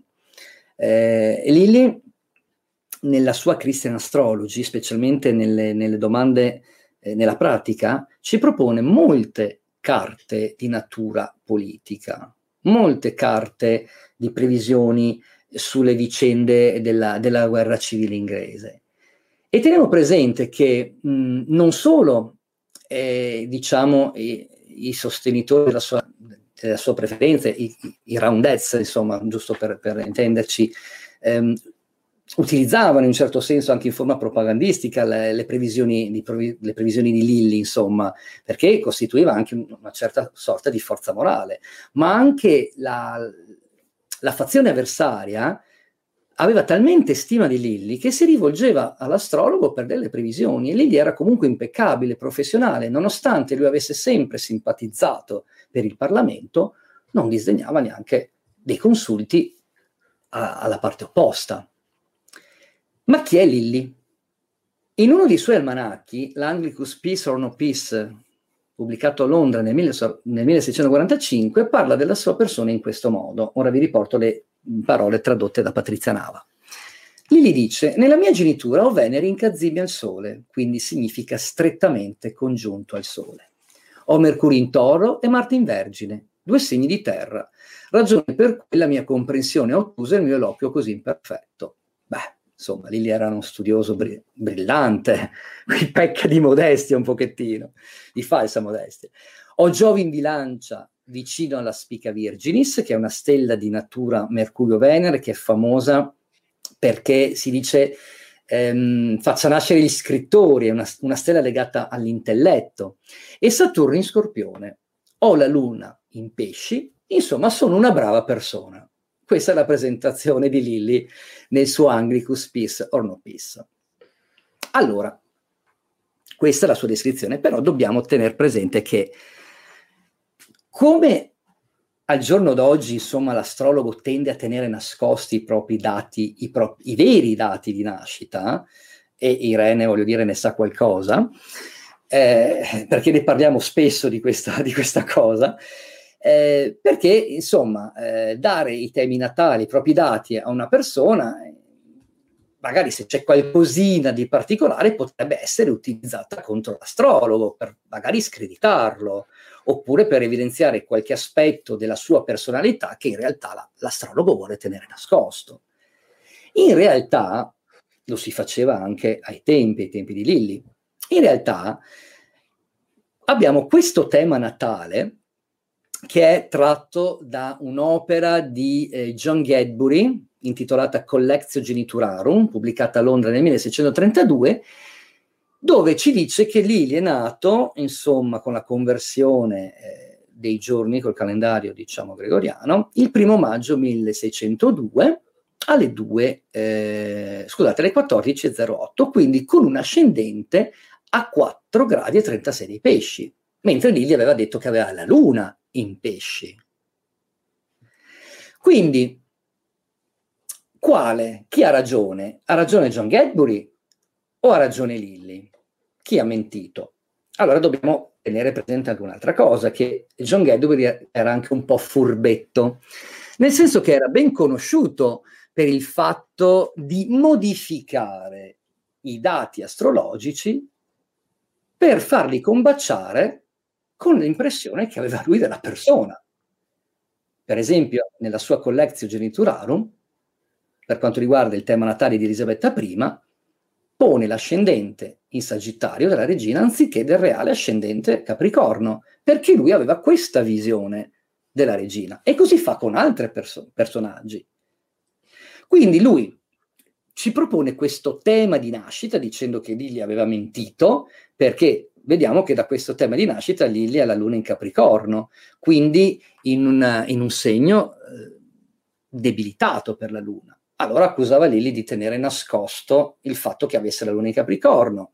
Lilly, nella sua Christian Astrology, specialmente nelle domande, nella pratica, ci propone molte carte di natura politica, molte carte di previsioni sulle vicende della guerra civile inglese. E teniamo presente che non solo diciamo, i sostenitori del la sua preferenza, i roundheads, insomma, giusto per intenderci, utilizzavano in un certo senso anche in forma propagandistica le previsioni di Lilli, insomma, perché costituiva anche una certa sorta di forza morale, ma anche la fazione avversaria aveva talmente stima di Lilli che si rivolgeva all'astrologo per delle previsioni, e Lilli era comunque impeccabile, professionale, nonostante lui avesse sempre simpatizzato per il Parlamento, non disdegnava neanche dei consulti alla parte opposta. Ma chi è Lilli? In uno dei suoi almanacchi, l'Anglicus Peace or No Peace, pubblicato a Londra nel 1645, parla della sua persona in questo modo. Ora vi riporto le parole tradotte da Patrizia Nava. Lilli dice: nella mia genitura ho Venere in Cazibia al Sole, quindi significa strettamente congiunto al Sole. Ho Mercurio in Toro e Marte in Vergine, 2 segni di terra, ragione per cui la mia comprensione è ottusa e il mio eloquio così imperfetto. Beh, insomma, Lilli era uno studioso brillante, qui pecca di modestia un pochettino, di falsa modestia. Ho Giove in Bilancia, vicino alla Spica Virginis, che è una stella di natura Mercurio-Venere, che è famosa perché si dice faccia nascere gli scrittori, è una stella legata all'intelletto. E Saturno in Scorpione. Ho la Luna in Pesci, insomma sono una brava persona. Questa è la presentazione di Lilli nel suo Anglicus Peace or No Peace. Allora, questa è la sua descrizione, però dobbiamo tenere presente che come al giorno d'oggi, insomma, l'astrologo tende a tenere nascosti i propri dati, i veri dati di nascita, e Irene, voglio dire, ne sa qualcosa, perché ne parliamo spesso di questa cosa, perché, insomma, dare i temi natali, i propri dati a una persona, magari se c'è qualcosina di particolare, potrebbe essere utilizzata contro l'astrologo, per magari screditarlo, oppure per evidenziare qualche aspetto della sua personalità che in realtà l'astrologo vuole tenere nascosto. In realtà, lo si faceva anche ai tempi di Lilli, in realtà abbiamo questo tema natale che è tratto da un'opera di John Gadbury, intitolata Collectio Geniturarum, pubblicata a Londra nel 1632, dove ci dice che Lilli è nato, insomma, con la conversione dei giorni col calendario, diciamo, gregoriano, il 1 maggio 1602 alle 14:08, quindi con un ascendente a 4 gradi e 36 dei Pesci, mentre Lilli aveva detto che aveva la Luna in Pesci. Quindi, chi ha ragione? Ha ragione John Gadbury o ha ragione Lilli? Chi ha mentito? Allora dobbiamo tenere presente anche un'altra cosa, che John Gadbury era anche un po' furbetto, nel senso che era ben conosciuto per il fatto di modificare i dati astrologici per farli combaciare con l'impressione che aveva lui della persona. Per esempio, nella sua Collectio Geniturarum, per quanto riguarda il tema natale di Elisabetta I, pone l'ascendente in Sagittario della regina anziché del reale ascendente Capricorno, perché lui aveva questa visione della regina, e così fa con altri personaggi. Quindi lui ci propone questo tema di nascita dicendo che Lilli aveva mentito, perché vediamo che da questo tema di nascita Lilli ha la Luna in Capricorno, quindi in un segno debilitato per la Luna. Allora accusava Lilli di tenere nascosto il fatto che avesse la Luna in Capricorno.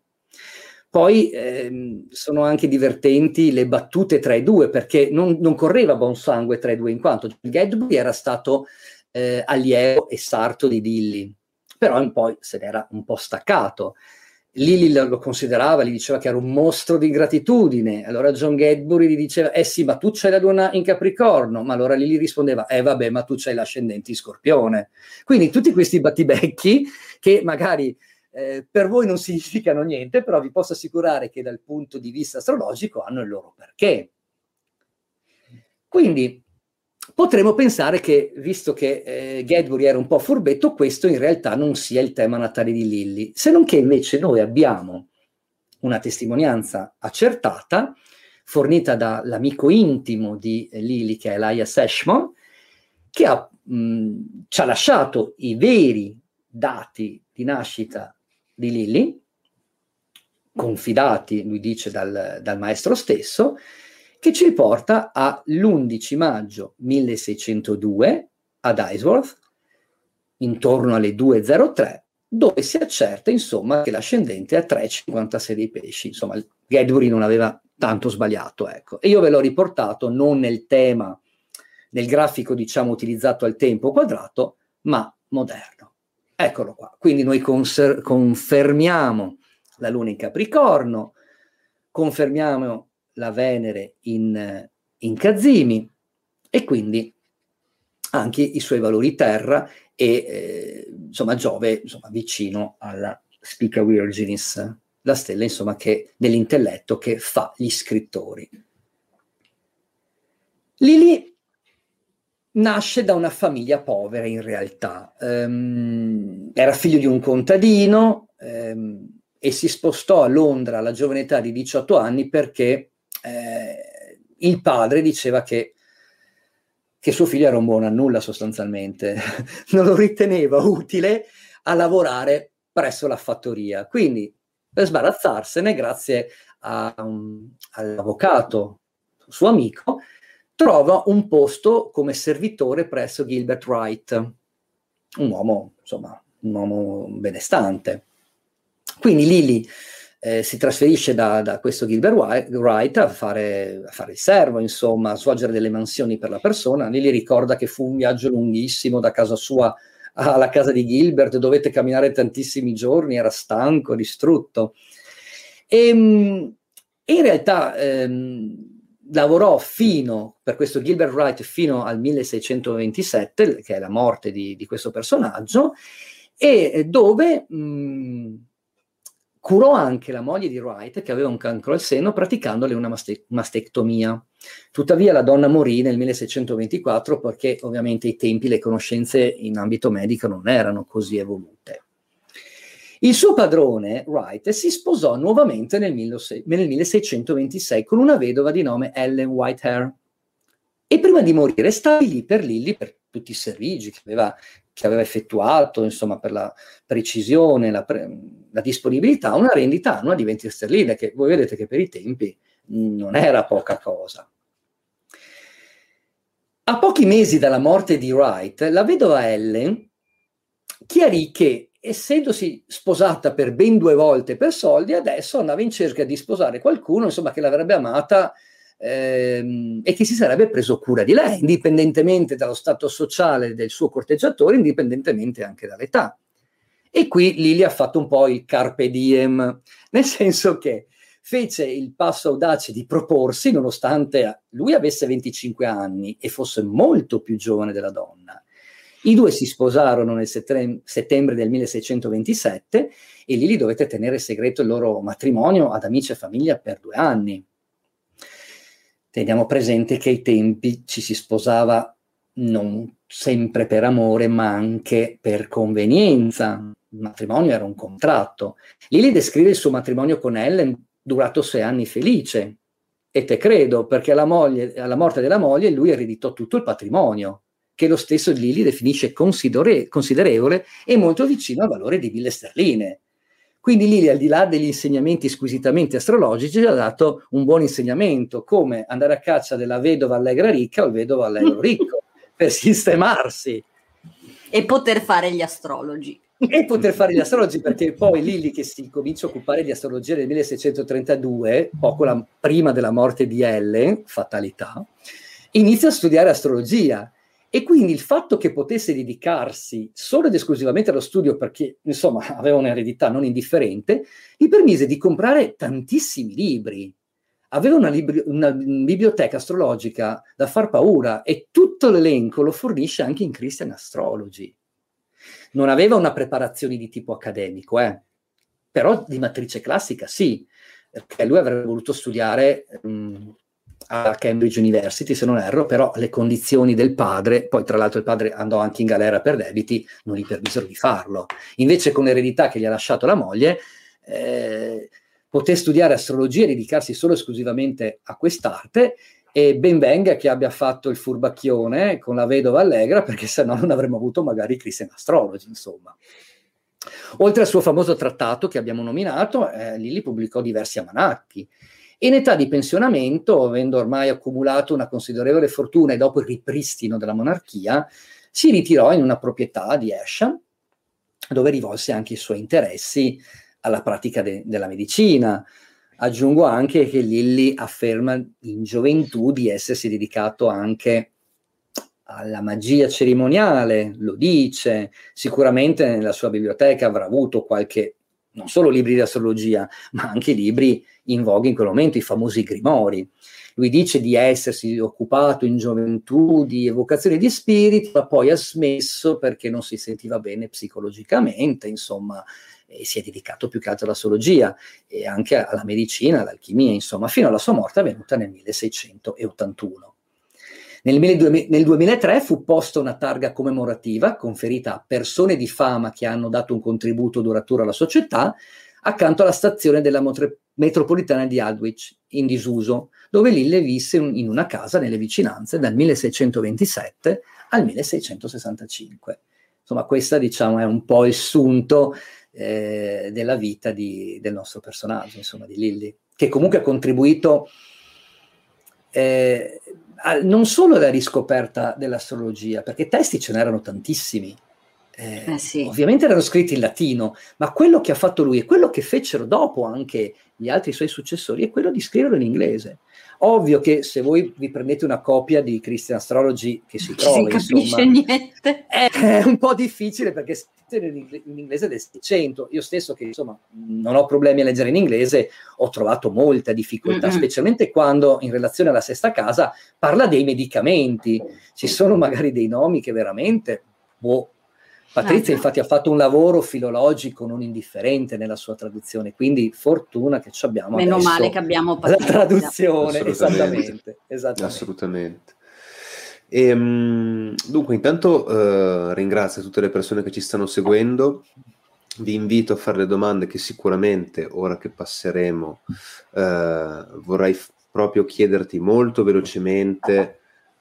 Poi sono anche divertenti le battute tra i due, perché non correva buon sangue tra i due, in quanto Gadbury era stato allievo e sarto di Lilli, però poi se n'era un po' staccato. Lilli lo considerava, gli diceva che era un mostro di ingratitudine. Allora John Gadbury gli diceva: sì, ma tu c'hai la Luna in Capricorno. Ma allora Lilli rispondeva: vabbè, ma tu c'hai l'ascendente in Scorpione. Quindi tutti questi battibecchi che magari per voi non significano niente, però vi posso assicurare che dal punto di vista astrologico hanno il loro perché. Quindi potremmo pensare che, visto che Gadbury era un po' furbetto, questo in realtà non sia il tema natale di Lilli, se non che invece noi abbiamo una testimonianza accertata fornita dall'amico intimo di Lily, che è Elias Ashmore, che ci ha lasciato i veri dati di nascita di Lily, confidati, lui dice, dal maestro stesso, che ci riporta all'11 maggio 1602 ad Isworth, intorno alle 2:03, dove si accerta, insomma, che l'ascendente è 3,56 dei pesci. Insomma, Gadbury non aveva tanto sbagliato, ecco. E io ve l'ho riportato non nel tema, nel grafico, diciamo, utilizzato al tempo quadrato, ma moderno. Eccolo qua. Quindi noi confermiamo la Luna in Capricorno, confermiamo la Venere in Cazimi, e quindi anche i suoi valori terra e insomma Giove, insomma, vicino alla Spica Virginis, la stella, insomma, che dell'intelletto, che fa gli scrittori. Lily nasce da una famiglia povera, in realtà. Era figlio di un contadino e si spostò a Londra alla giovane età di 18 anni perché il padre diceva che suo figlio era un buono a nulla, sostanzialmente. Non lo riteneva utile a lavorare presso la fattoria. Quindi, per sbarazzarsene, grazie all'avvocato, suo amico, trova un posto come servitore presso Gilbert Wright, un uomo, insomma, un uomo benestante. Quindi Lily si trasferisce da questo Gilbert Wright a fare il servo, insomma, a svolgere delle mansioni per la persona. Lily ricorda che fu un viaggio lunghissimo da casa sua alla casa di Gilbert, dovette camminare tantissimi giorni, era stanco, distrutto. E in realtà lavorò per questo Gilbert Wright fino al 1627, che è la morte di questo personaggio, e dove curò anche la moglie di Wright, che aveva un cancro al seno, praticandole una mastectomia. Tuttavia la donna morì nel 1624 perché ovviamente ai tempi le conoscenze in ambito medico non erano così evolute. Il suo padrone, Wright, si sposò nuovamente nel 1626 con una vedova di nome Ellen Whitehair, e prima di morire stabilì per Lily, per tutti i servigi che aveva effettuato, insomma, per la precisione, la disponibilità, una rendita annua di 20 sterline, che voi vedete che per i tempi non era poca cosa. A pochi mesi dalla morte di Wright, la vedova Ellen chiarì che, essendosi sposata per ben 2 volte per soldi, adesso andava in cerca di sposare qualcuno, insomma, che l'avrebbe amata e che si sarebbe preso cura di lei, indipendentemente dallo stato sociale del suo corteggiatore, indipendentemente anche dall'età. E qui Lily ha fatto un po' il carpe diem, nel senso che fece il passo audace di proporsi, nonostante lui avesse 25 anni e fosse molto più giovane della donna. I due si sposarono nel settembre del 1627 e Lily dovette tenere segreto il loro matrimonio ad amici e famiglia per 2 anni. Teniamo presente che ai tempi ci si sposava non sempre per amore, ma anche per convenienza. Il matrimonio era un contratto. Lily descrive il suo matrimonio con Ellen durato 6 anni felice, e te credo, perché alla morte della moglie lui ereditò tutto il patrimonio, che lo stesso Lily definisce considerevole e molto vicino al valore di 1000 sterline. Quindi Lily, al di là degli insegnamenti squisitamente astrologici, ha dato un buon insegnamento, come andare a caccia della vedova allegra ricca o il vedovo allegro ricco, per sistemarsi. E poter fare gli astrologi. Perché poi Lily, che si comincia a occupare di astrologia nel 1632, poco prima della morte di Ellen, fatalità, inizia a studiare astrologia. E quindi il fatto che potesse dedicarsi solo ed esclusivamente allo studio, perché insomma aveva un'eredità non indifferente, gli permise di comprare tantissimi libri. Aveva una biblioteca astrologica da far paura, e tutto l'elenco lo fornisce anche in Christian Astrology. Non aveva una preparazione di tipo accademico, però di matrice classica sì, perché lui avrebbe voluto studiare a Cambridge University, se non erro, però le condizioni del padre, poi tra l'altro il padre andò anche in galera per debiti, non gli permisero di farlo. Invece con l'eredità che gli ha lasciato la moglie, poté studiare astrologia e dedicarsi solo esclusivamente a quest'arte, e ben venga che abbia fatto il furbacchione con la vedova Allegra, perché sennò non avremmo avuto magari Christian Astrology, insomma. Oltre al suo famoso trattato che abbiamo nominato, Lilli pubblicò diversi almanacchi. In età di pensionamento, avendo ormai accumulato una considerevole fortuna e dopo il ripristino della monarchia, si ritirò in una proprietà di Esher, dove rivolse anche i suoi interessi alla pratica della medicina. Aggiungo anche che Lilli afferma in gioventù di essersi dedicato anche alla magia cerimoniale, lo dice. Sicuramente nella sua biblioteca avrà avuto qualche, non solo libri di astrologia, ma anche libri in voga in quel momento, i famosi grimori. Lui dice di essersi occupato in gioventù di evocazioni di spiriti, ma poi ha smesso perché non si sentiva bene psicologicamente, insomma, e si è dedicato più che altro all'astrologia e anche alla medicina, all'alchimia, insomma, fino alla sua morte avvenuta nel 1681. Nel 2003 fu posta una targa commemorativa conferita a persone di fama che hanno dato un contributo duraturo alla società, accanto alla stazione della metropolitana di Aldwych, in disuso, dove Lilli visse in una casa nelle vicinanze dal 1627 al 1665. Insomma, questa, diciamo, è un po' il sunto della vita del nostro personaggio, insomma, di Lilli, che comunque ha contribuito non solo alla riscoperta dell'astrologia, perché testi ce n'erano tantissimi. Sì. Ovviamente erano scritti in latino, ma quello che ha fatto lui e quello che fecero dopo anche gli altri suoi successori è quello di scriverlo in inglese. Ovvio che se voi vi prendete una copia di Christian Astrology che si trova, non si capisce niente, è un po' difficile perché siete in inglese del 600. Io stesso, che insomma non ho problemi a leggere in inglese, ho trovato molta difficoltà, specialmente quando in relazione alla sesta casa parla dei medicamenti. Ci sono magari dei nomi che veramente Patrizia infatti ha fatto un lavoro filologico non indifferente nella sua traduzione, quindi fortuna che ci abbiamo meno adesso male che abbiamo la traduzione. Esattamente. Assolutamente. Dunque intanto ringrazio tutte le persone che ci stanno seguendo, vi invito a fare le domande che sicuramente ora che passeremo vorrei proprio chiederti molto velocemente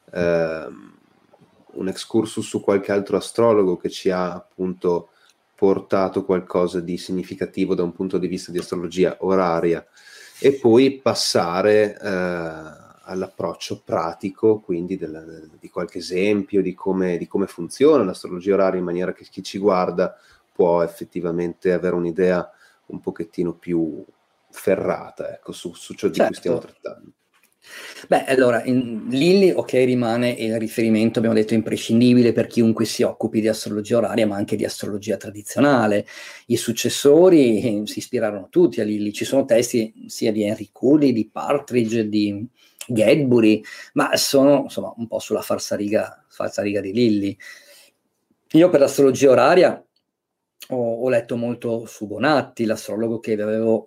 un excursus su qualche altro astrologo che ci ha appunto portato qualcosa di significativo da un punto di vista di astrologia oraria, e poi passare all'approccio pratico, quindi di qualche esempio di come funziona l'astrologia oraria, in maniera che chi ci guarda può effettivamente avere un'idea un pochettino più ferrata, ecco, su ciò di cui stiamo trattando. Beh, allora, Lilli, rimane il riferimento, abbiamo detto, imprescindibile per chiunque si occupi di astrologia oraria, ma anche di astrologia tradizionale. I successori si ispirarono tutti a Lilli, ci sono testi sia di Henry Cooley, di Partridge, di Gadbury, ma sono insomma un po' sulla falsariga di Lilli. Io per l'astrologia oraria ho letto molto su Bonatti, l'astrologo che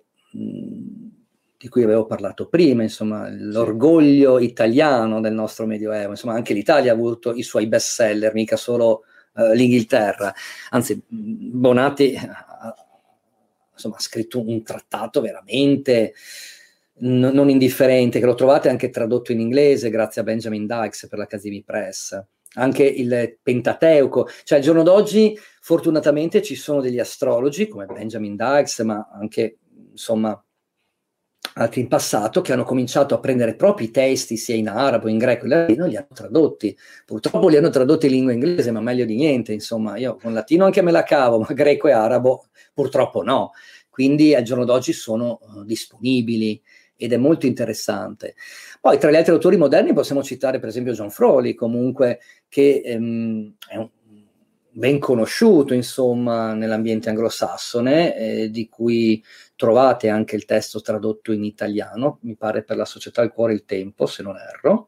di cui avevo parlato prima, insomma, l'orgoglio italiano del nostro Medioevo. Insomma, anche l'Italia ha avuto i suoi best seller, mica solo l'Inghilterra. Anzi, Bonatti ha scritto un trattato veramente non indifferente, che lo trovate anche tradotto in inglese grazie a Benjamin Dykes per l'Academy Press. Anche il Pentateuco, cioè al giorno d'oggi fortunatamente ci sono degli astrologi come Benjamin Dykes, ma anche insomma altri in passato, che hanno cominciato a prendere propri testi sia in arabo, in greco, in latino, li hanno tradotti. Purtroppo li hanno tradotti in lingua inglese, ma meglio di niente, insomma. Io con latino anche me la cavo, ma greco e arabo purtroppo no. Quindi al giorno d'oggi sono disponibili ed è molto interessante. Poi tra gli altri autori moderni possiamo citare per esempio John Frawley, comunque, che è ben conosciuto insomma nell'ambiente anglosassone, di cui trovate anche il testo tradotto in italiano, mi pare per la Società Il Cuore e il Tempo, se non erro.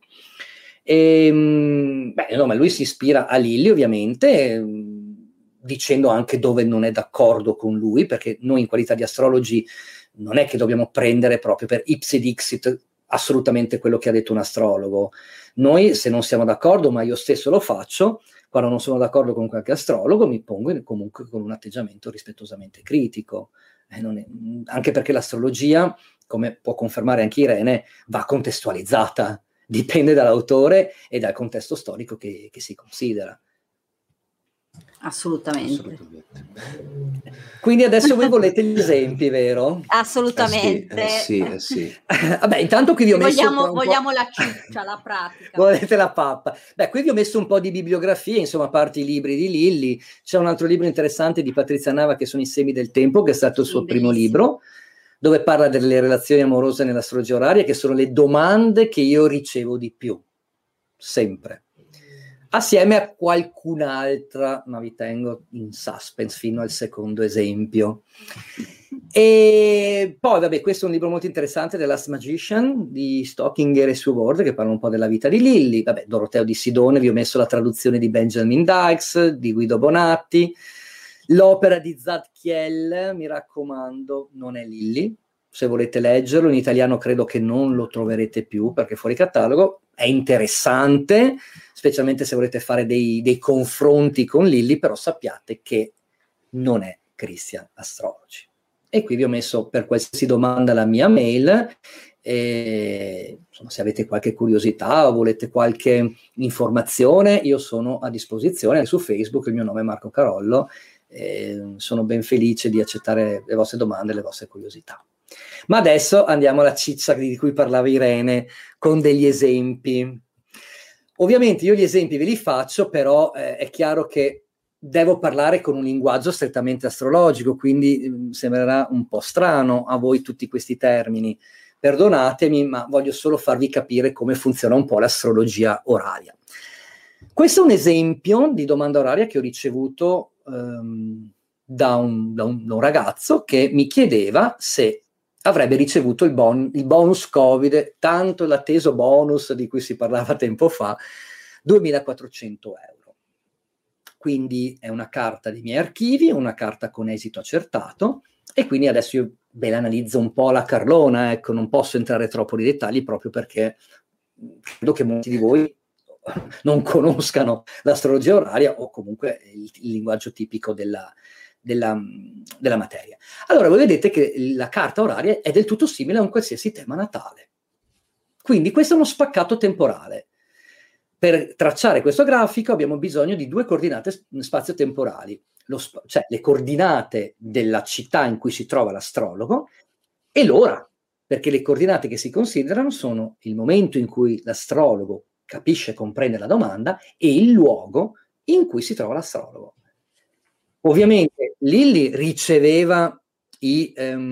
Insomma, lui si ispira a Lilli ovviamente, dicendo anche dove non è d'accordo con lui, perché noi in qualità di astrologi non è che dobbiamo prendere proprio per ipse dixit assolutamente quello che ha detto un astrologo. Noi, se non siamo d'accordo, ma io stesso lo faccio, quando non sono d'accordo con qualche astrologo mi pongo comunque con un atteggiamento rispettosamente critico. Anche perché l'astrologia, come può confermare anche Irene, va contestualizzata, dipende dall'autore e dal contesto storico che si considera. Assolutamente. Quindi adesso voi volete gli esempi, vero? Assolutamente. Sì. Vabbè, intanto qui vi ho messo vogliamo la ciccia, la pratica. Volete la pappa? Beh, qui vi ho messo un po' di bibliografie, insomma, a parte i libri di Lilli. C'è un altro libro interessante di Patrizia Nava, che sono I semi del tempo, che è stato il suo primo libro, dove parla delle relazioni amorose nell'astrologia oraria, che sono le domande che io ricevo di più, sempre. Assieme a qualcun'altra, ma vi tengo in suspense fino al secondo esempio. E poi, vabbè, questo è un libro molto interessante, The Last Magician, di Stockinger e Sue Ward, che parla un po' della vita di Lilli. Vabbè, Doroteo di Sidone, vi ho messo la traduzione di Benjamin Dykes, di Guido Bonatti. L'opera di Zadkiel, mi raccomando, non è Lilli. Se volete leggerlo, in italiano credo che non lo troverete più, perché è fuori catalogo. È interessante, specialmente se volete fare dei confronti con Lilli, però sappiate che non è Christian Astrology. E qui vi ho messo per qualsiasi domanda la mia mail, e, insomma, se avete qualche curiosità o volete qualche informazione, io sono a disposizione. Su Facebook il mio nome è Marco Carollo, sono ben felice di accettare le vostre domande e le vostre curiosità. Ma adesso andiamo alla ciccia di cui parlava Irene, con degli esempi. Ovviamente io gli esempi ve li faccio, però è chiaro che devo parlare con un linguaggio strettamente astrologico, quindi sembrerà un po' strano a voi tutti questi termini. Perdonatemi, ma voglio solo farvi capire come funziona un po' l'astrologia oraria. Questo è un esempio di domanda oraria che ho ricevuto da un ragazzo che mi chiedeva se avrebbe ricevuto il bonus Covid, tanto l'atteso bonus di cui si parlava tempo fa, 2.400 euro. Quindi è una carta dei miei archivi, una carta con esito accertato, e quindi adesso io ve la analizzo un po' alla carlona, ecco, non posso entrare troppo nei dettagli proprio perché credo che molti di voi non conoscano l'astrologia oraria o comunque il linguaggio tipico della materia. Allora, voi vedete che la carta oraria è del tutto simile a un qualsiasi tema natale. Quindi questo è uno spaccato temporale. Per tracciare questo grafico abbiamo bisogno di due coordinate spazio-temporali, cioè le coordinate della città in cui si trova l'astrologo e l'ora, perché le coordinate che si considerano sono il momento in cui l'astrologo capisce e comprende la domanda e il luogo in cui si trova l'astrologo. Ovviamente Lilli riceveva i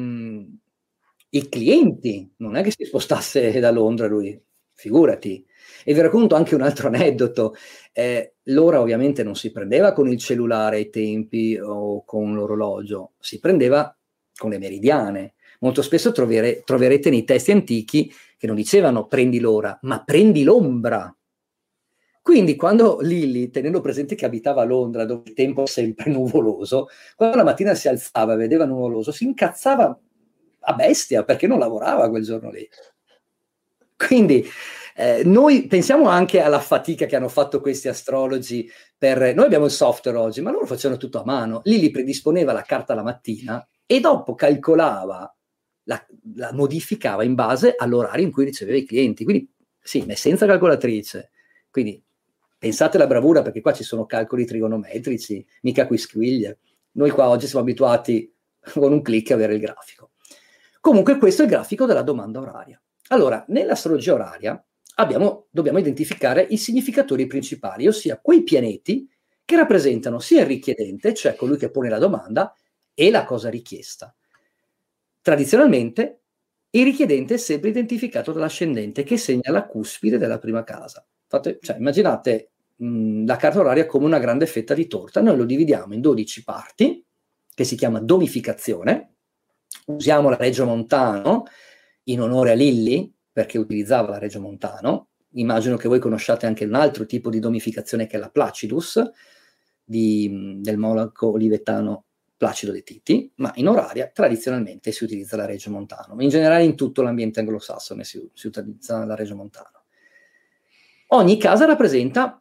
clienti, non è che si spostasse da Londra lui, figurati. E vi racconto anche un altro aneddoto. L'ora ovviamente non si prendeva con il cellulare ai tempi o con l'orologio, si prendeva con le meridiane. Molto spesso troverete nei testi antichi che non dicevano prendi l'ora, ma prendi l'ombra. Quindi quando Lilli, tenendo presente che abitava a Londra, dove il tempo è sempre nuvoloso, quando la mattina si alzava e vedeva nuvoloso, si incazzava a bestia perché non lavorava quel giorno lì. Quindi noi pensiamo anche alla fatica che hanno fatto questi astrologi. Noi abbiamo il software oggi, ma loro facevano tutto a mano. Lilli predisponeva la carta la mattina e dopo calcolava, la modificava in base all'orario in cui riceveva i clienti. Quindi sì, ma senza calcolatrice. Quindi pensate alla bravura, perché qua ci sono calcoli trigonometrici, mica quisquiglie. Noi qua oggi siamo abituati con un clic a avere il grafico. Comunque questo è il grafico della domanda oraria. Allora, nell'astrologia oraria dobbiamo identificare i significatori principali, ossia quei pianeti che rappresentano sia il richiedente, cioè colui che pone la domanda, e la cosa richiesta. Tradizionalmente il richiedente è sempre identificato dall'ascendente che segna la cuspide della prima casa. Immaginate la carta oraria come una grande fetta di torta. Noi lo dividiamo in 12 parti, che si chiama domificazione. Usiamo la Reggio Montano in onore a Lilli, perché utilizzava la Reggio Montano. Immagino che voi conosciate anche un altro tipo di domificazione che è la Placidus, del monaco olivetano Placido de Titi, ma in oraria tradizionalmente si utilizza la Reggio Montano. In generale in tutto l'ambiente anglosassone si utilizza la Reggio Montano. Ogni casa rappresenta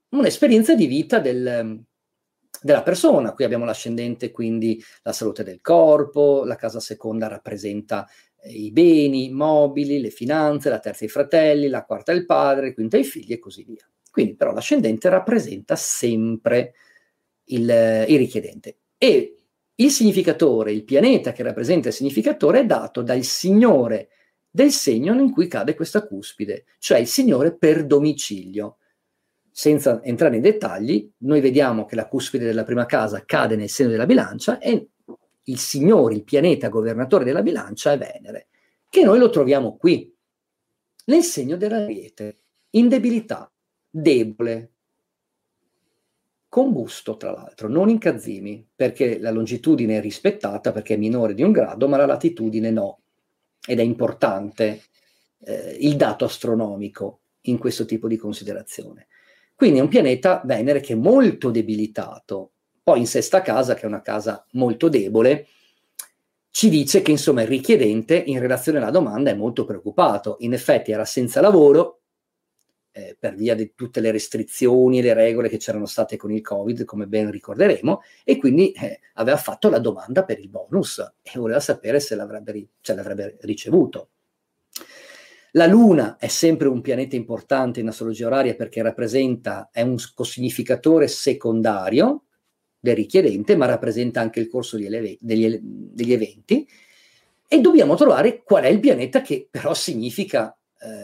un'esperienza di vita della persona. Qui abbiamo l'ascendente, quindi la salute del corpo, la casa seconda rappresenta i beni immobili, le finanze, la terza i fratelli, la quarta il padre, la quinta i figli e così via. Quindi però l'ascendente rappresenta sempre il richiedente. E il significatore, il pianeta che rappresenta il significatore, è dato dal signore del segno in cui cade questa cuspide, cioè il signore per domicilio. Senza entrare nei dettagli, noi vediamo che la cuspide della prima casa cade nel segno della bilancia e il signore, il pianeta governatore della bilancia è Venere, che noi lo troviamo qui, nel segno dell'Ariete, in debilità, debole, combusto tra l'altro, non in Cazimi, perché la longitudine è rispettata perché è minore di 1 grado, ma la latitudine no. Ed è importante il dato astronomico in questo tipo di considerazione. Quindi è un pianeta Venere che è molto debilitato. Poi in sesta casa, che è una casa molto debole, ci dice che insomma il richiedente in relazione alla domanda è molto preoccupato. In effetti era senza lavoro per via di tutte le restrizioni e le regole che c'erano state con il Covid, come ben ricorderemo, e quindi aveva fatto la domanda per il bonus e voleva sapere se l'avrebbe ricevuto. La Luna è sempre un pianeta importante in astrologia oraria perché è un cosignificatore secondario del richiedente, ma rappresenta anche il corso degli eventi, e dobbiamo trovare qual è il pianeta che però significa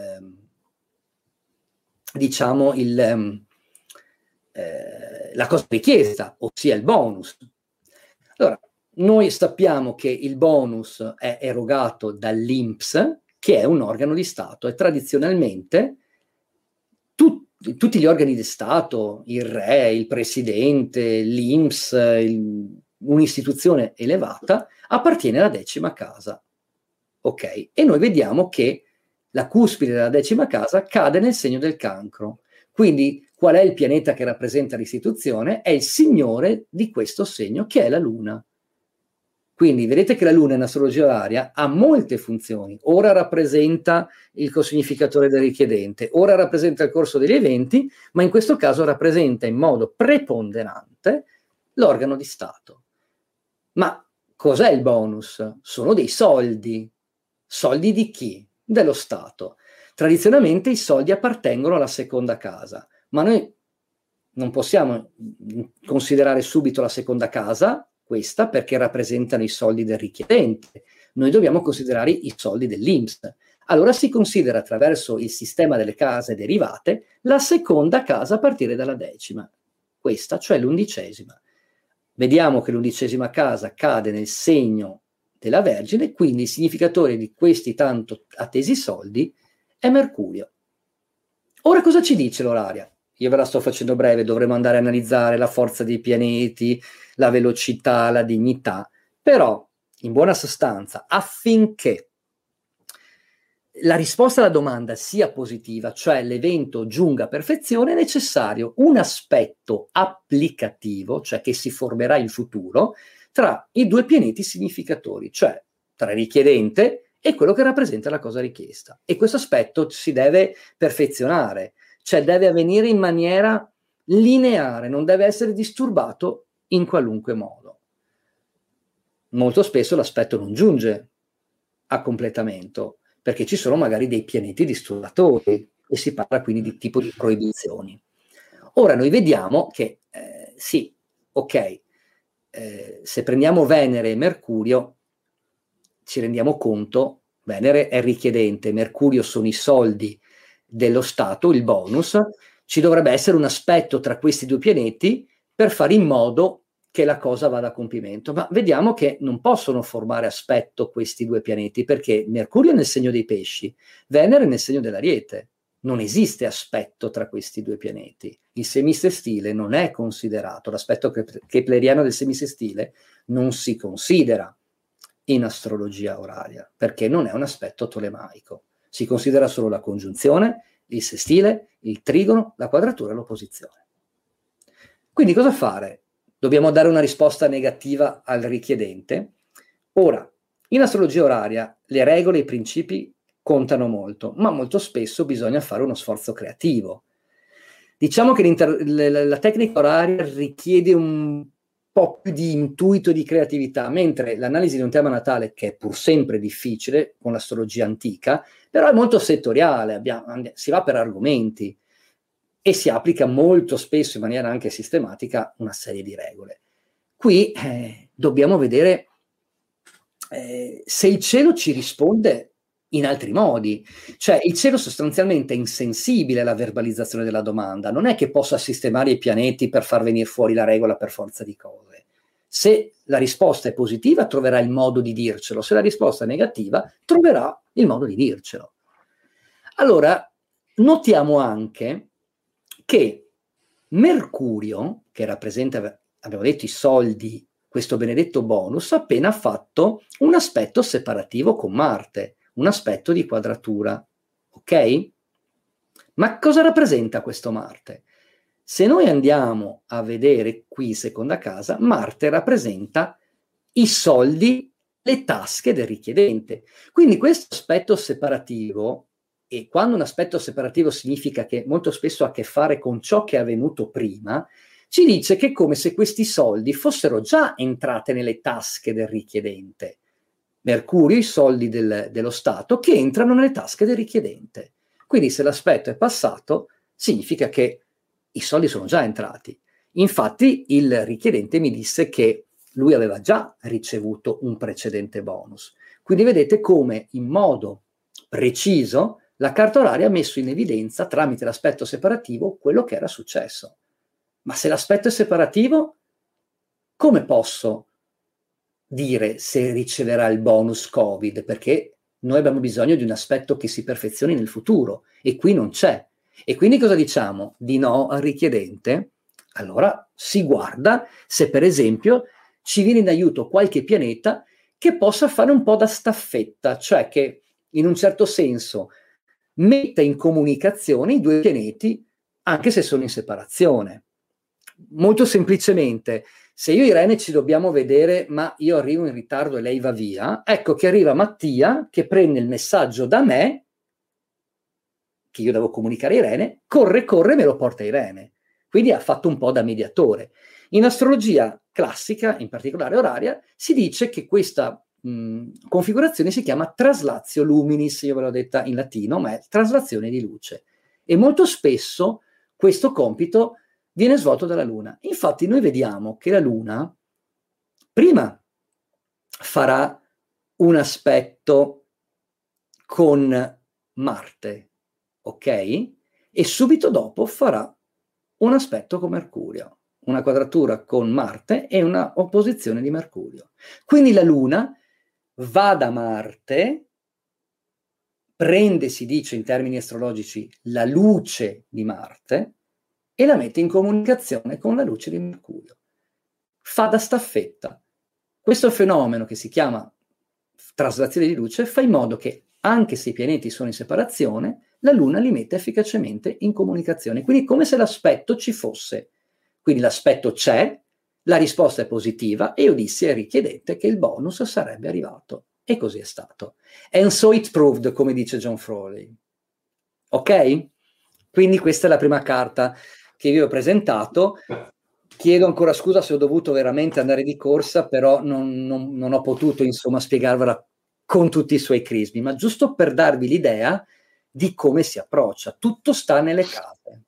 diciamo la cosa richiesta, ossia il bonus. Allora, noi sappiamo che il bonus è erogato dall'INPS, che è un organo di Stato, e tradizionalmente tutti gli organi di Stato, il re, il presidente, l'INPS, un'istituzione elevata, appartiene alla 10ª casa. Ok? E noi vediamo che la cuspide della 10ª casa cade nel segno del Cancro. Quindi qual è il pianeta che rappresenta l'istituzione? È il signore di questo segno, che è la Luna. Quindi vedete che la Luna in astrologia oraria ha molte funzioni. Ora rappresenta il cosignificatore del richiedente, ora rappresenta il corso degli eventi, ma in questo caso rappresenta in modo preponderante l'organo di Stato. Ma cos'è il bonus? Sono dei soldi. Soldi di chi? Dello Stato. Tradizionalmente i soldi appartengono alla seconda casa, ma noi non possiamo considerare subito la seconda casa, questa, perché rappresentano i soldi del richiedente. Noi dobbiamo considerare i soldi dell'INPS. Allora si considera attraverso il sistema delle case derivate la seconda casa a partire dalla 10ª, questa, cioè l'11ª. Vediamo che l'11ª casa cade nel segno della Vergine, quindi il significatore di questi tanto attesi soldi è Mercurio. Ora cosa ci dice l'oraria? Io ve la sto facendo breve, dovremo andare a analizzare la forza dei pianeti, la velocità, la dignità, però in buona sostanza affinché la risposta alla domanda sia positiva, cioè l'evento giunga a perfezione, è necessario un aspetto applicativo, cioè che si formerà in futuro, tra i due pianeti significatori, cioè tra il richiedente e quello che rappresenta la cosa richiesta. E questo aspetto si deve perfezionare, cioè deve avvenire in maniera lineare, non deve essere disturbato in qualunque modo. Molto spesso l'aspetto non giunge a completamento, perché ci sono magari dei pianeti disturbatori e si parla quindi di tipo di proibizioni. Ora noi vediamo che sì, ok, se prendiamo Venere e Mercurio ci rendiamo conto, Venere è richiedente, Mercurio sono i soldi dello Stato, il bonus, ci dovrebbe essere un aspetto tra questi due pianeti per fare in modo che la cosa vada a compimento, ma vediamo che non possono formare aspetto questi due pianeti, perché Mercurio è nel segno dei pesci, Venere è nel segno dell'Ariete, non esiste aspetto tra questi due pianeti, il semisestile non è considerato, l'aspetto kepleriano del semisestile non si considera in astrologia oraria, perché non è un aspetto tolemaico, si considera solo la congiunzione, il sestile, il trigono, la quadratura e l'opposizione. Quindi cosa fare? Dobbiamo dare una risposta negativa al richiedente. Ora, in astrologia oraria le regole e i principi contano molto, ma molto spesso bisogna fare uno sforzo creativo. Diciamo che la tecnica oraria richiede un po' più di intuito e di creatività, mentre l'analisi di un tema natale, che è pur sempre difficile con l'astrologia antica, però è molto settoriale, si va per argomenti e si applica molto spesso in maniera anche sistematica una serie di regole. Qui dobbiamo vedere se il cielo ci risponde in altri modi, cioè il cielo sostanzialmente è insensibile alla verbalizzazione della domanda, non è che possa sistemare i pianeti per far venire fuori la regola per forza di cose. Se la risposta è positiva troverà il modo di dircelo, se la risposta è negativa troverà il modo di dircelo. Allora, notiamo anche che Mercurio, che rappresenta, abbiamo detto, i soldi, questo benedetto bonus, ha appena fatto un aspetto separativo con Marte, un aspetto di quadratura, ok? Ma cosa rappresenta questo Marte? Se noi andiamo a vedere qui, seconda casa, Marte rappresenta i soldi, le tasche del richiedente. Quindi questo aspetto separativo, e quando un aspetto separativo significa che molto spesso ha a che fare con ciò che è avvenuto prima, ci dice che è come se questi soldi fossero già entrate nelle tasche del richiedente. Mercurio, i soldi dello Stato che entrano nelle tasche del richiedente. Quindi se l'aspetto è passato, significa che i soldi sono già entrati. Infatti il richiedente mi disse che lui aveva già ricevuto un precedente bonus. Quindi vedete come in modo preciso la carta oraria ha messo in evidenza tramite l'aspetto separativo quello che era successo. Ma se l'aspetto è separativo, come posso dire se riceverà il bonus Covid? Perché noi abbiamo bisogno di un aspetto che si perfezioni nel futuro e qui non c'è. E quindi cosa diciamo? Di no al richiedente? Allora si guarda se per esempio ci viene in aiuto qualche pianeta che possa fare un po' da staffetta, cioè che in un certo senso metta in comunicazione i due pianeti anche se sono in separazione. Molto semplicemente, se io e Irene ci dobbiamo vedere, ma io arrivo in ritardo e lei va via, ecco che arriva Mattia che prende il messaggio da me, che io devo comunicare a Irene, corre, me lo porta a Irene. Quindi ha fatto un po' da mediatore. In astrologia classica, in particolare oraria, si dice che questa configurazione si chiama traslatio luminis, io ve l'ho detta in latino, ma è traslazione di luce. E molto spesso questo compito viene svolto dalla Luna. Infatti noi vediamo che la Luna prima farà un aspetto con Marte, ok? E subito dopo farà un aspetto con Mercurio, una quadratura con Marte e una opposizione di Mercurio. Quindi la Luna va da Marte, prende, si dice in termini astrologici, la luce di Marte e la mette in comunicazione con la luce di Mercurio. Fa da staffetta. Questo fenomeno che si chiama traslazione di luce fa in modo che anche se i pianeti sono in separazione, la Luna li mette efficacemente in comunicazione. Quindi come se l'aspetto ci fosse. Quindi l'aspetto c'è, la risposta è positiva e io dissi al richiedente che il bonus sarebbe arrivato. E così è stato. And so it proved, come dice John Frawley. Ok? Quindi questa è la prima carta che vi ho presentato. Chiedo ancora scusa se ho dovuto veramente andare di corsa, però non ho potuto, insomma, spiegarvela con tutti i suoi crismi, ma giusto per darvi l'idea di come si approccia. Tutto sta nelle case.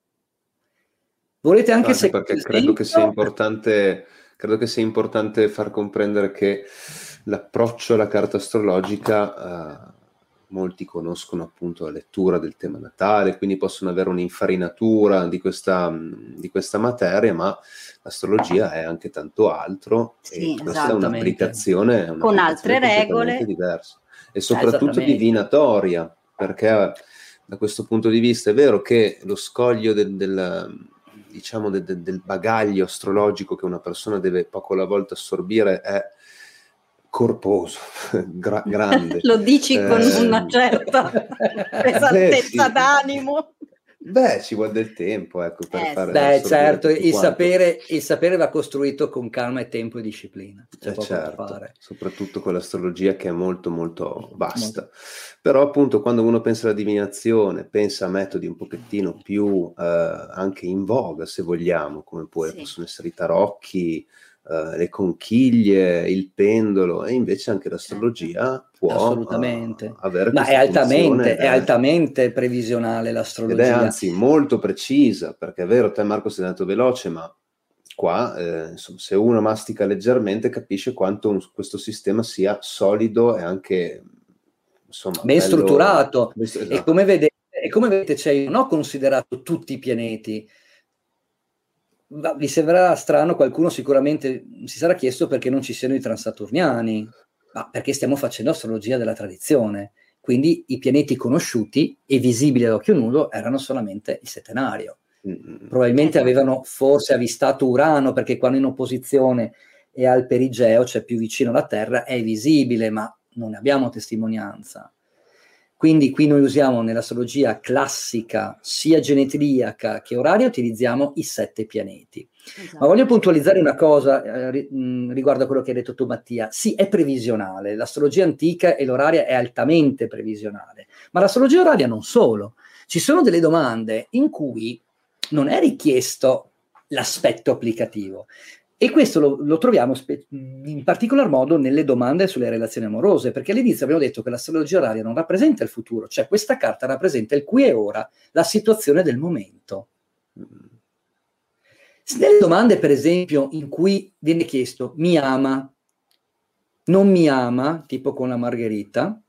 Volete anche se perché credo che sia importante far comprendere che l'approccio alla carta astrologica, molti conoscono appunto la lettura del tema natale, quindi possono avere un'infarinatura di questa materia, ma l'astrologia è anche tanto altro, sì, e questa è un'applicazione con altre regole diverse e soprattutto divinatoria, perché da questo punto di vista è vero che lo scoglio del bagaglio astrologico che una persona deve poco alla volta assorbire è corposo, grande. Lo dici con una certa pesantezza d'animo. Beh, ci vuole del tempo, ecco, per fare Beh, certo, tutto il quanto. sapere va costruito con calma e tempo e disciplina. C'è poco da Certo, fare. soprattutto con l'astrologia che è molto molto vasta. Però appunto quando uno pensa alla divinazione, pensa a metodi un pochettino più anche in voga, se vogliamo, come possono essere i tarocchi, le conchiglie, il pendolo, e invece anche l'astrologia può Assolutamente. avere Ma è questa funzione altamente previsionale ed è l'astrologia. anzi molto precisa, perché è vero, te Marco sei andato veloce, ma qua insomma, se uno mastica leggermente capisce quanto questo sistema sia solido e anche insomma Ben bello. strutturato. Esatto. E come vedete, cioè, non ho considerato tutti i pianeti. Vi sembrerà strano, qualcuno sicuramente si sarà chiesto perché non ci siano i transaturniani, ma perché stiamo facendo astrologia della tradizione. Quindi i pianeti conosciuti e visibili ad occhio nudo erano solamente il settenario. Probabilmente avevano forse avvistato Urano, perché quando in opposizione è al perigeo, cioè più vicino alla Terra, è visibile, ma non ne abbiamo testimonianza. Quindi qui noi usiamo nell'astrologia classica, sia genetriaca che oraria, utilizziamo i 7 pianeti. Esatto. Ma voglio puntualizzare una cosa riguardo a quello che hai detto tu, Mattia. Sì, è previsionale, l'astrologia antica e l'oraria è altamente previsionale, ma l'astrologia oraria non solo. Ci sono delle domande in cui non è richiesto l'aspetto applicativo. E questo lo troviamo in particolar modo nelle domande sulle relazioni amorose, perché all'inizio abbiamo detto che l'astrologia oraria non rappresenta il futuro, cioè questa carta rappresenta il qui e ora, la situazione del momento. Nelle domande, per esempio, in cui viene chiesto mi ama, non mi ama, tipo con la Margherita,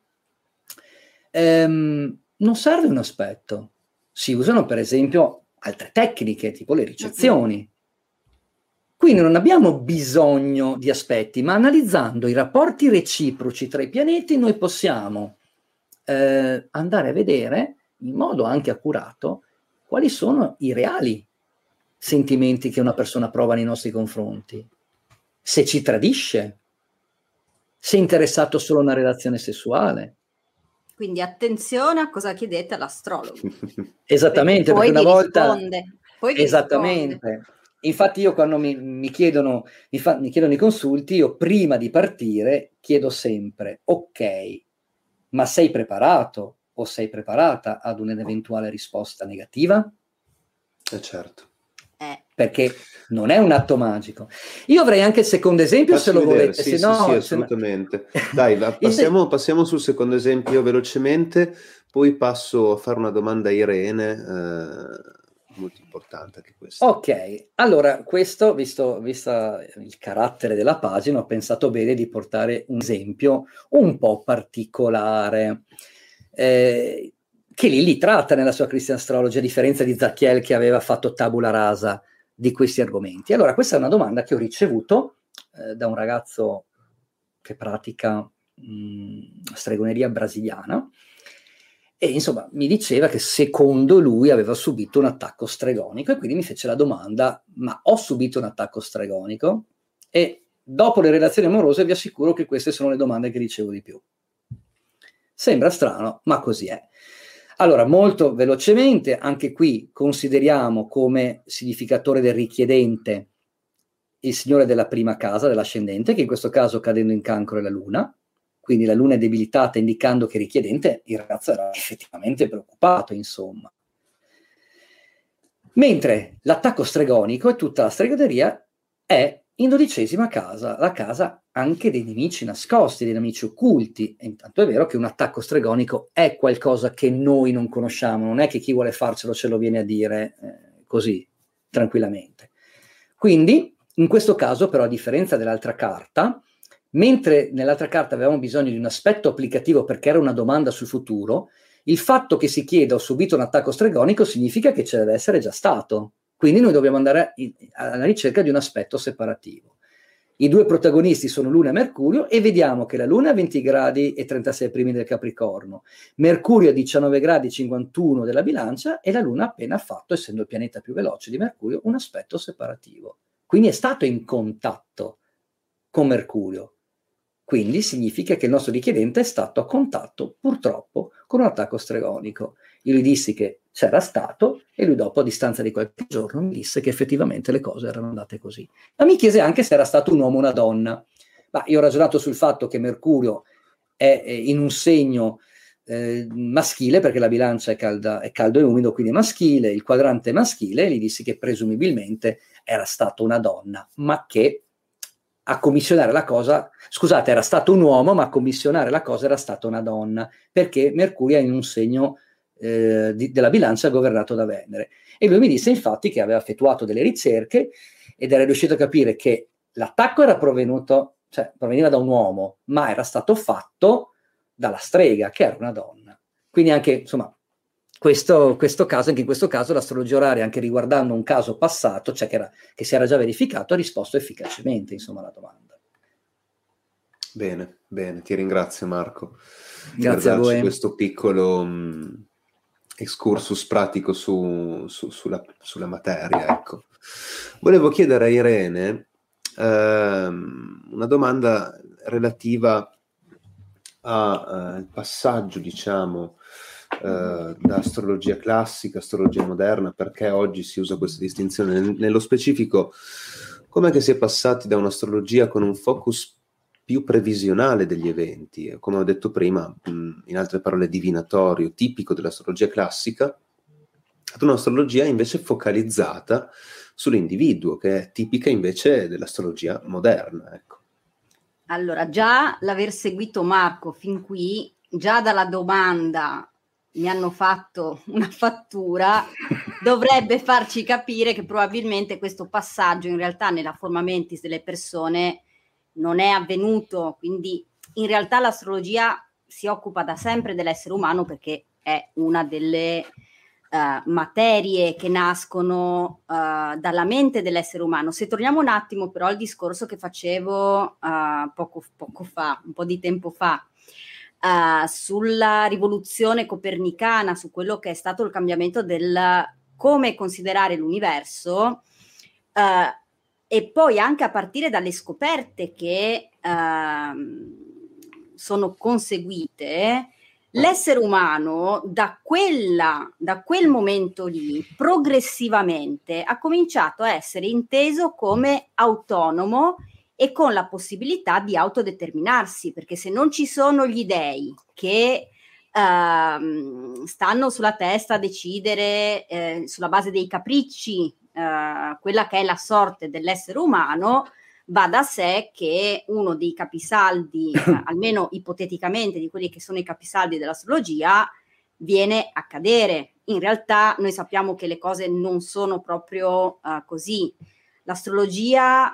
non serve un aspetto. Si usano, per esempio, altre tecniche, tipo le ricezioni. Quindi non abbiamo bisogno di aspetti, ma analizzando i rapporti reciproci tra i pianeti noi possiamo andare a vedere in modo anche accurato quali sono i reali sentimenti che una persona prova nei nostri confronti, se ci tradisce, se è interessato solo a una relazione sessuale. Quindi attenzione a cosa chiedete all'astrologo. Esattamente, perché una volta... Poi vi esattamente. risponde. Infatti io quando mi chiedono i consulti, io prima di partire chiedo sempre, ok, ma sei preparato o sei preparata ad un'eventuale risposta negativa? Certo. Perché non è un atto magico. Io avrei anche il secondo esempio, Facci se lo vedere. volete. Sì, se no, sì, assolutamente. Dai, passiamo sul secondo esempio velocemente, poi passo a fare una domanda a Irene, molto importante anche questa. Ok, allora questo, visto il carattere della pagina, ho pensato bene di portare un esempio un po' particolare, che Lilli tratta nella sua Christian Astrology, a differenza di Zacchiel che aveva fatto tabula rasa di questi argomenti. Allora, questa è una domanda che ho ricevuto da un ragazzo che pratica stregoneria brasiliana, e insomma mi diceva che secondo lui aveva subito un attacco stregonico, e quindi mi fece la domanda: ma ho subito un attacco stregonico? E dopo le relazioni amorose vi assicuro che queste sono le domande che ricevo di più. Sembra strano, ma così è. Allora, molto velocemente, anche qui consideriamo come significatore del richiedente il signore della prima casa, dell'ascendente, che in questo caso, cadendo in Cancro, è la Luna. Quindi la Luna è debilitata, indicando che il richiedente, il ragazzo, era effettivamente preoccupato, insomma. Mentre l'attacco stregonico e tutta la stregoneria è in 12ª casa, la casa anche dei nemici nascosti, dei nemici occulti. E intanto è vero che un attacco stregonico è qualcosa che noi non conosciamo, non è che chi vuole farcelo ce lo viene a dire così, tranquillamente. Quindi, in questo caso, però, a differenza dell'altra carta, mentre nell'altra carta avevamo bisogno di un aspetto applicativo perché era una domanda sul futuro, il fatto che si chieda ho subito un attacco stregonico significa che ce deve essere già stato. Quindi noi dobbiamo andare alla ricerca di un aspetto separativo. I due protagonisti sono Luna e Mercurio, e vediamo che la Luna è a 20 gradi e 36 primi del Capricorno, Mercurio a 19 gradi e 51 della Bilancia, e la Luna ha appena fatto, essendo il pianeta più veloce di Mercurio, un aspetto separativo. Quindi è stato in contatto con Mercurio. Quindi significa che il nostro richiedente è stato a contatto, purtroppo, con un attacco stregonico. Io gli dissi che c'era stato e lui dopo, a distanza di qualche giorno, mi disse che effettivamente le cose erano andate così. Ma mi chiese anche se era stato un uomo o una donna. Ma io ho ragionato sul fatto che Mercurio è in un segno maschile, perché la bilancia è caldo e umido, quindi è maschile, il quadrante è maschile, e gli dissi che presumibilmente era stata una donna, ma che a commissionare la cosa, scusate, era stato un uomo, ma a commissionare la cosa era stata una donna, perché Mercurio è in un segno della bilancia governato da Venere. E lui mi disse infatti che aveva effettuato delle ricerche ed era riuscito a capire che l'attacco era proveniva da un uomo, ma era stato fatto dalla strega, che era una donna. Quindi anche, insomma, questo caso, anche in questo caso l'astrologia oraria, anche riguardando un caso passato, cioè che si era già verificato, ha risposto efficacemente, insomma, alla domanda. Bene, ti ringrazio Marco. Grazie per a darci voi. questo piccolo excursus pratico sulla materia, ecco. Volevo chiedere a Irene una domanda relativa al passaggio, diciamo, da astrologia classica, astrologia moderna, perché oggi si usa questa distinzione. Nello specifico, com'è che si è passati da un'astrologia con un focus più previsionale degli eventi, come ho detto prima, in altre parole divinatorio, tipico dell'astrologia classica, ad un'astrologia invece focalizzata sull'individuo, che è tipica invece dell'astrologia moderna, ecco. Allora, già l'aver seguito Marco fin qui, già dalla domanda mi hanno fatto una fattura, dovrebbe farci capire che probabilmente questo passaggio in realtà nella forma mentis delle persone non è avvenuto, quindi in realtà l'astrologia si occupa da sempre dell'essere umano perché è una delle materie che nascono dalla mente dell'essere umano. Se torniamo un attimo però al discorso che facevo poco fa, un po' di tempo fa, sulla rivoluzione copernicana, su quello che è stato il cambiamento del come considerare l'universo, e poi anche a partire dalle scoperte che sono conseguite, l'essere umano da quel momento lì progressivamente ha cominciato a essere inteso come autonomo e con la possibilità di autodeterminarsi, perché se non ci sono gli dei che stanno sulla testa a decidere sulla base dei capricci quella che è la sorte dell'essere umano, va da sé che uno dei capisaldi, almeno ipoteticamente di quelli che sono i capisaldi dell'astrologia, viene a cadere. In realtà noi sappiamo che le cose non sono proprio così. L'astrologia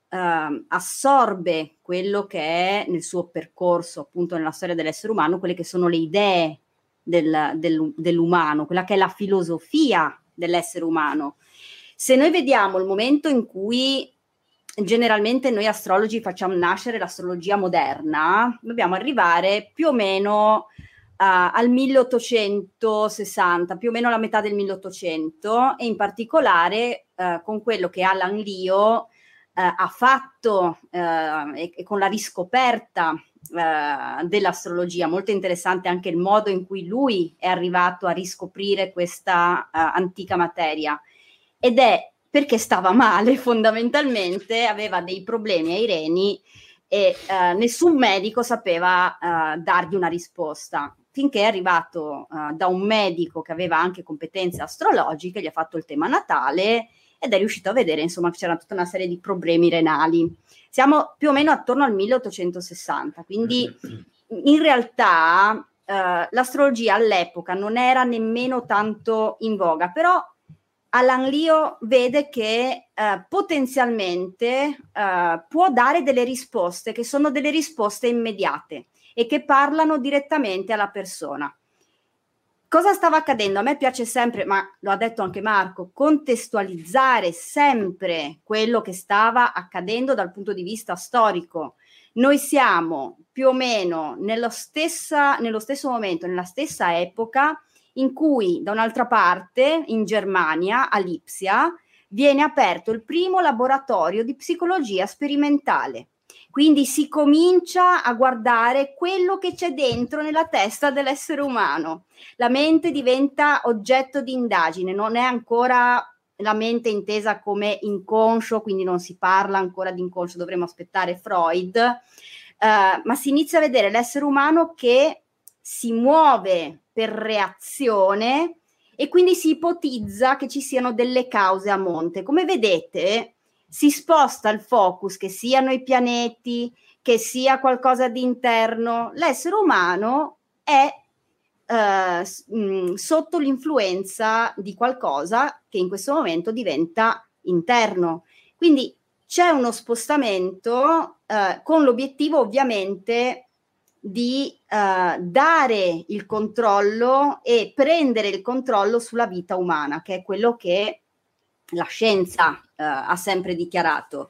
assorbe quello che è nel suo percorso, appunto nella storia dell'essere umano, quelle che sono le idee dell'umano, quella che è la filosofia dell'essere umano. Se noi vediamo il momento in cui generalmente noi astrologi facciamo nascere l'astrologia moderna, dobbiamo arrivare più o meno al 1860, più o meno alla metà del 1800, e in particolare con quello che Alan Leo ha fatto e con la riscoperta dell'astrologia. Molto interessante anche il modo in cui lui è arrivato a riscoprire questa antica materia, ed è perché stava male fondamentalmente, aveva dei problemi ai reni e nessun medico sapeva dargli una risposta, finché è arrivato da un medico che aveva anche competenze astrologiche, gli ha fatto il tema natale ed è riuscito a vedere, insomma, che c'era tutta una serie di problemi renali. Siamo più o meno attorno al 1860, quindi in realtà l'astrologia all'epoca non era nemmeno tanto in voga, però Alan Leo vede che potenzialmente può dare delle risposte che sono delle risposte immediate e che parlano direttamente alla persona. Cosa stava accadendo? A me piace sempre, ma lo ha detto anche Marco, contestualizzare sempre quello che stava accadendo dal punto di vista storico. Noi siamo più o meno nello stesso momento, nella stessa epoca in cui da un'altra parte, in Germania, a Lipsia, viene aperto il primo laboratorio di psicologia sperimentale. Quindi si comincia a guardare quello che c'è dentro nella testa dell'essere umano. La mente diventa oggetto di indagine, non è ancora la mente intesa come inconscio, quindi non si parla ancora di inconscio, dovremmo aspettare Freud, ma si inizia a vedere l'essere umano che si muove per reazione e quindi si ipotizza che ci siano delle cause a monte. Come vedete, si sposta il focus, che siano i pianeti, che sia qualcosa di interno. L'essere umano è sotto l'influenza di qualcosa che in questo momento diventa interno. Quindi c'è uno spostamento con l'obiettivo ovviamente di dare il controllo e prendere il controllo sulla vita umana, che è quello che la scienza ha sempre dichiarato.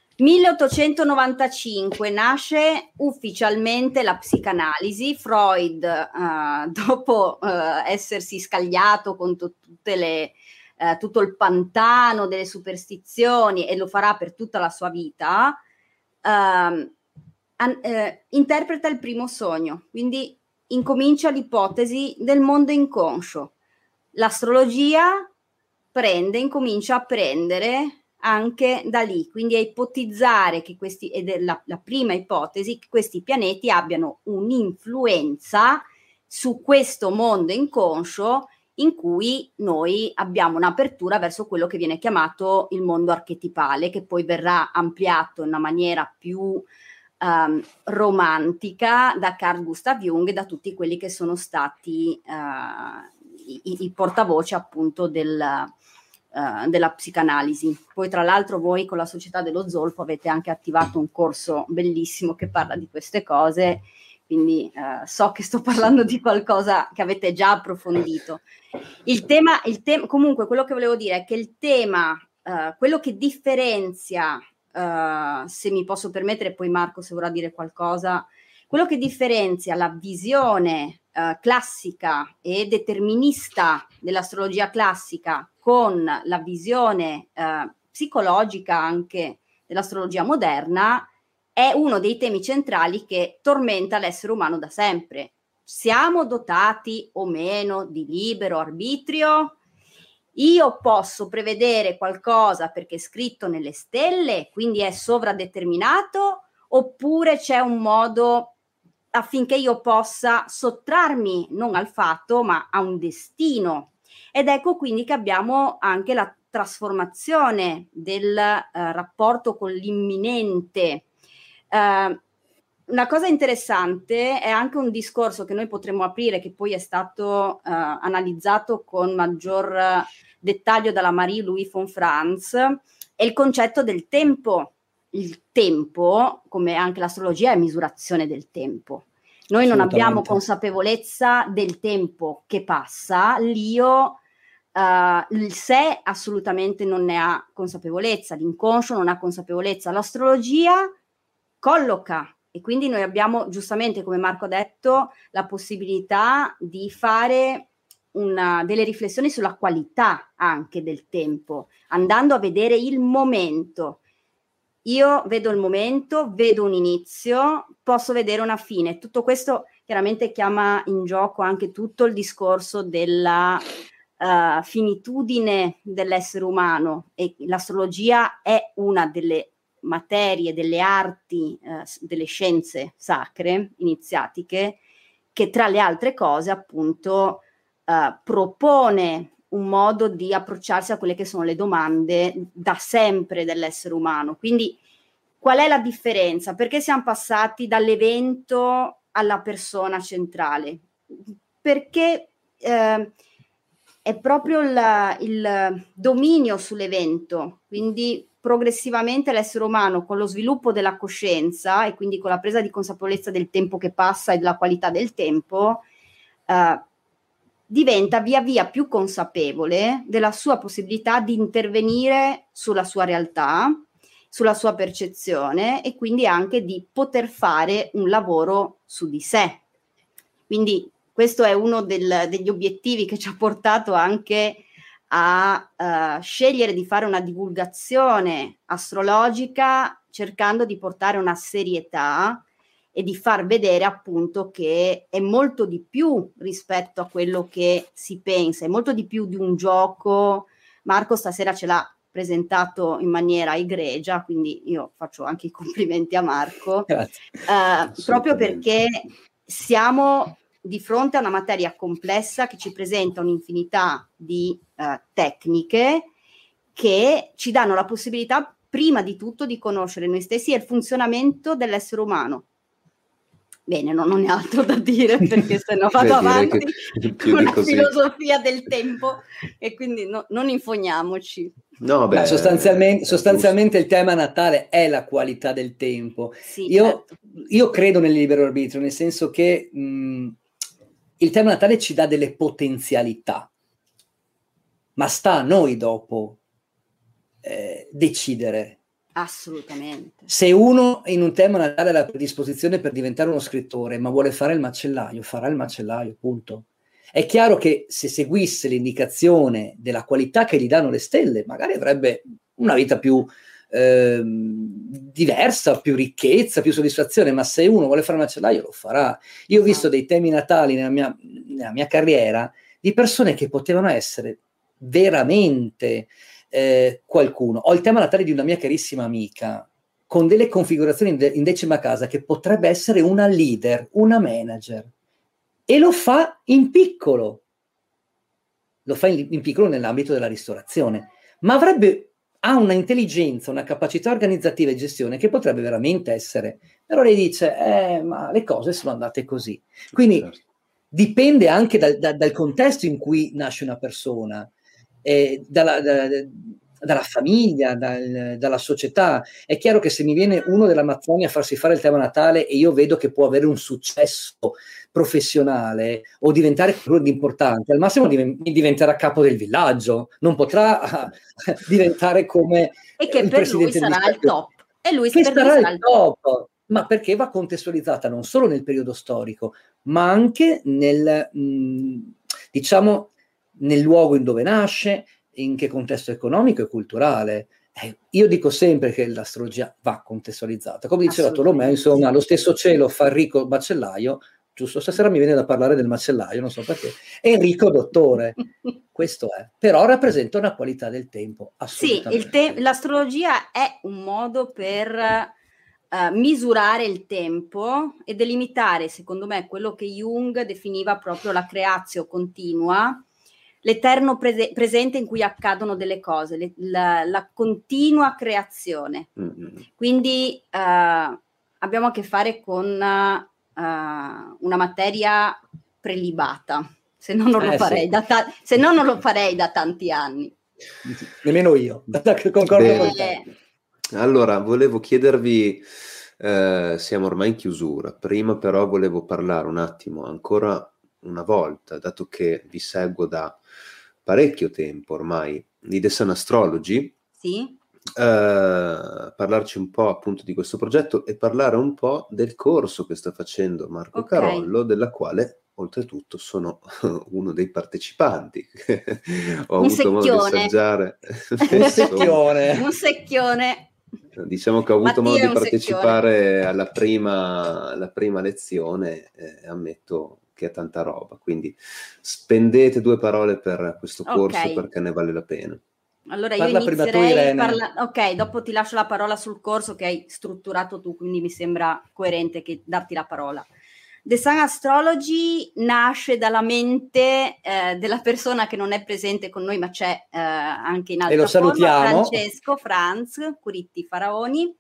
1895 nasce ufficialmente la psicanalisi. Freud, dopo essersi scagliato contro tutto il pantano delle superstizioni, e lo farà per tutta la sua vita, interpreta il primo sogno, quindi incomincia l'ipotesi del mondo inconscio. L'astrologia incomincia a prendere anche da lì, quindi a ipotizzare che questi, ed è la prima ipotesi, che questi pianeti abbiano un'influenza su questo mondo inconscio in cui noi abbiamo un'apertura verso quello che viene chiamato il mondo archetipale, che poi verrà ampliato in una maniera più romantica da Carl Gustav Jung e da tutti quelli che sono stati i portavoce appunto della psicanalisi. Poi tra l'altro voi con la Società dello Zolfo avete anche attivato un corso bellissimo che parla di queste cose, quindi so che sto parlando di qualcosa che avete già approfondito. Il tema, comunque quello che volevo dire è che il tema, quello che differenzia, se mi posso permettere, poi Marco se vorrà dire qualcosa, quello che differenzia la visione classica e determinista dell'astrologia classica con la visione psicologica anche dell'astrologia moderna è uno dei temi centrali che tormenta l'essere umano da sempre. Siamo dotati o meno di libero arbitrio? Io posso prevedere qualcosa perché è scritto nelle stelle, quindi è sovradeterminato, oppure c'è un modo affinché io possa sottrarmi non al fatto ma a un destino? Ed ecco quindi che abbiamo anche la trasformazione del rapporto con l'imminente. Una cosa interessante è anche un discorso che noi potremmo aprire, che poi è stato analizzato con maggior dettaglio dalla Marie-Louise von Franz, è il concetto del tempo. Il tempo, come anche l'astrologia, è misurazione del tempo. Noi non abbiamo consapevolezza del tempo che passa, l'io, il sé assolutamente non ne ha consapevolezza, l'inconscio non ha consapevolezza, l'astrologia colloca, e quindi noi abbiamo giustamente, come Marco ha detto, la possibilità di fare delle riflessioni sulla qualità anche del tempo, andando a vedere il momento. Io vedo il momento, vedo un inizio, posso vedere una fine. Tutto questo chiaramente chiama in gioco anche tutto il discorso della finitudine dell'essere umano, e l'astrologia è una delle materie, delle arti, delle scienze sacre, iniziatiche, che tra le altre cose appunto propone un modo di approcciarsi a quelle che sono le domande da sempre dell'essere umano. Quindi qual è la differenza? Perché siamo passati dall'evento alla persona centrale? Perché è proprio il dominio sull'evento, quindi progressivamente l'essere umano, con lo sviluppo della coscienza e quindi con la presa di consapevolezza del tempo che passa e della qualità del tempo, diventa via via più consapevole della sua possibilità di intervenire sulla sua realtà, sulla sua percezione, e quindi anche di poter fare un lavoro su di sé. Quindi questo è uno degli obiettivi che ci ha portato anche a scegliere di fare una divulgazione astrologica cercando di portare una serietà e di far vedere appunto che è molto di più rispetto a quello che si pensa, è molto di più di un gioco. Marco stasera ce l'ha presentato in maniera egregia, quindi io faccio anche i complimenti a Marco, proprio perché siamo di fronte a una materia complessa che ci presenta un'infinità di tecniche che ci danno la possibilità prima di tutto di conoscere noi stessi e il funzionamento dell'essere umano. Bene, non ho ne altro da dire perché se no vado avanti con la filosofia del tempo e quindi non infogniamoci. No, beh, sostanzialmente il tema natale è la qualità del tempo. Sì, io credo nel libero arbitrio, nel senso che il tema natale ci dà delle potenzialità, ma sta a noi dopo decidere. Assolutamente. Se uno in un tema natale ha la predisposizione per diventare uno scrittore, ma vuole fare il macellaio, farà il macellaio, punto. È chiaro che se seguisse l'indicazione della qualità che gli danno le stelle, magari avrebbe una vita più diversa, più ricchezza, più soddisfazione, ma se uno vuole fare il macellaio lo farà. Io ho visto dei temi natali nella mia carriera di persone che potevano essere veramente qualcuno. Ho il tema natale di una mia carissima amica con delle configurazioni in 10ª casa che potrebbe essere una leader, una manager, e lo fa in piccolo, nell'ambito della ristorazione, ma ha una intelligenza, una capacità organizzativa e gestione che potrebbe veramente essere, però lei dice ma le cose sono andate così, quindi dipende anche dal contesto in cui nasce una persona, dalla famiglia, dalla società. È chiaro che se mi viene uno dell'Amazzonia a farsi fare il tema natale e io vedo che può avere un successo professionale o diventare qualcosa di importante, al massimo diventerà capo del villaggio, non potrà diventare come e che il per presidente lui sarà il top, e lui che sarà il top, ma perché va contestualizzata non solo nel periodo storico, ma anche nel nel luogo in dove nasce, in che contesto economico e culturale. Io dico sempre che l'astrologia va contestualizzata. Come diceva Tolomeo, insomma, lo stesso cielo fa Enrico macellaio, giusto? Stasera mi viene da parlare del macellaio, non so perché. Enrico dottore, questo è. Però rappresenta una qualità del tempo, assolutamente. Sì, l'astrologia è un modo per misurare il tempo e delimitare, secondo me, quello che Jung definiva proprio la creatio continua, l'eterno presente in cui accadono delle cose, la continua creazione. Quindi abbiamo a che fare con una materia prelibata, se no non lo farei, se no non lo farei da tanti anni. Nemmeno io, concordo con te. Allora, volevo chiedervi, siamo ormai in chiusura, prima però volevo parlare un attimo ancora una volta, dato che vi seguo da parecchio tempo ormai, di The Sun Astrology, sì? Parlarci un po' appunto di questo progetto e parlare un po' del corso che sta facendo Marco Carollo, della quale oltretutto sono uno dei partecipanti. Ho avuto modo di assaggiare. Un secchione. Diciamo che ho avuto modo di partecipare alla prima lezione e ammetto che è tanta roba, quindi spendete 2 parole per questo corso perché ne vale la pena. Allora io inizierei ok, dopo ti lascio la parola sul corso che hai strutturato tu, quindi mi sembra coerente che darti la parola. The Sun Astrology nasce dalla mente della persona che non è presente con noi, ma c'è anche in altra forma, Franz Curitti Faraoni,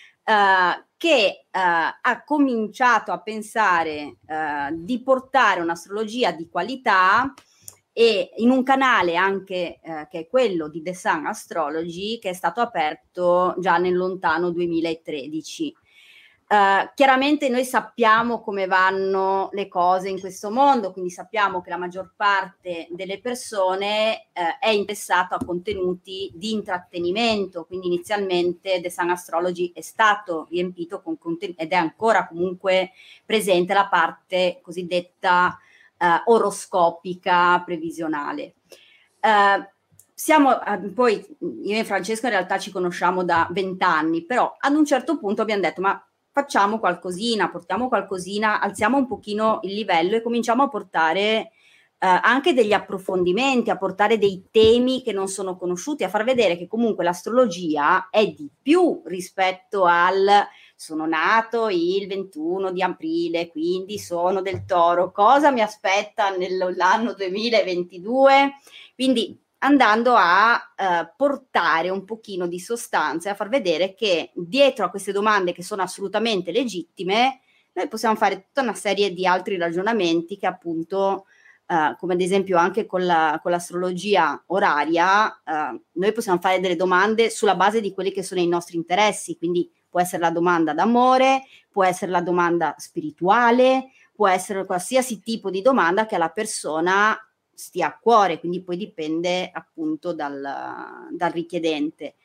che ha cominciato a pensare di portare un'astrologia di qualità e in un canale anche che è quello di The Sun Astrology, che è stato aperto già nel lontano 2013. Chiaramente noi sappiamo come vanno le cose in questo mondo, quindi sappiamo che la maggior parte delle persone è interessato a contenuti di intrattenimento, quindi inizialmente The Sun Astrology è stato riempito con contenuti ed è ancora comunque presente la parte cosiddetta oroscopica previsionale. poi io e Francesco in realtà ci conosciamo da 20 anni, però ad un certo punto abbiamo detto ma facciamo qualcosina, portiamo qualcosina, alziamo un pochino il livello e cominciamo a portare anche degli approfondimenti, a portare dei temi che non sono conosciuti, a far vedere che comunque l'astrologia è di più rispetto al sono nato il 21 di aprile, quindi sono del Toro, cosa mi aspetta nell'anno 2022? Quindi andando a portare un pochino di sostanza e a far vedere che dietro a queste domande che sono assolutamente legittime, noi possiamo fare tutta una serie di altri ragionamenti che appunto, come ad esempio anche con l'astrologia oraria, noi possiamo fare delle domande sulla base di quelli che sono i nostri interessi, quindi può essere la domanda d'amore, può essere la domanda spirituale, può essere qualsiasi tipo di domanda che alla persona stia a cuore, quindi poi dipende appunto dal richiedente.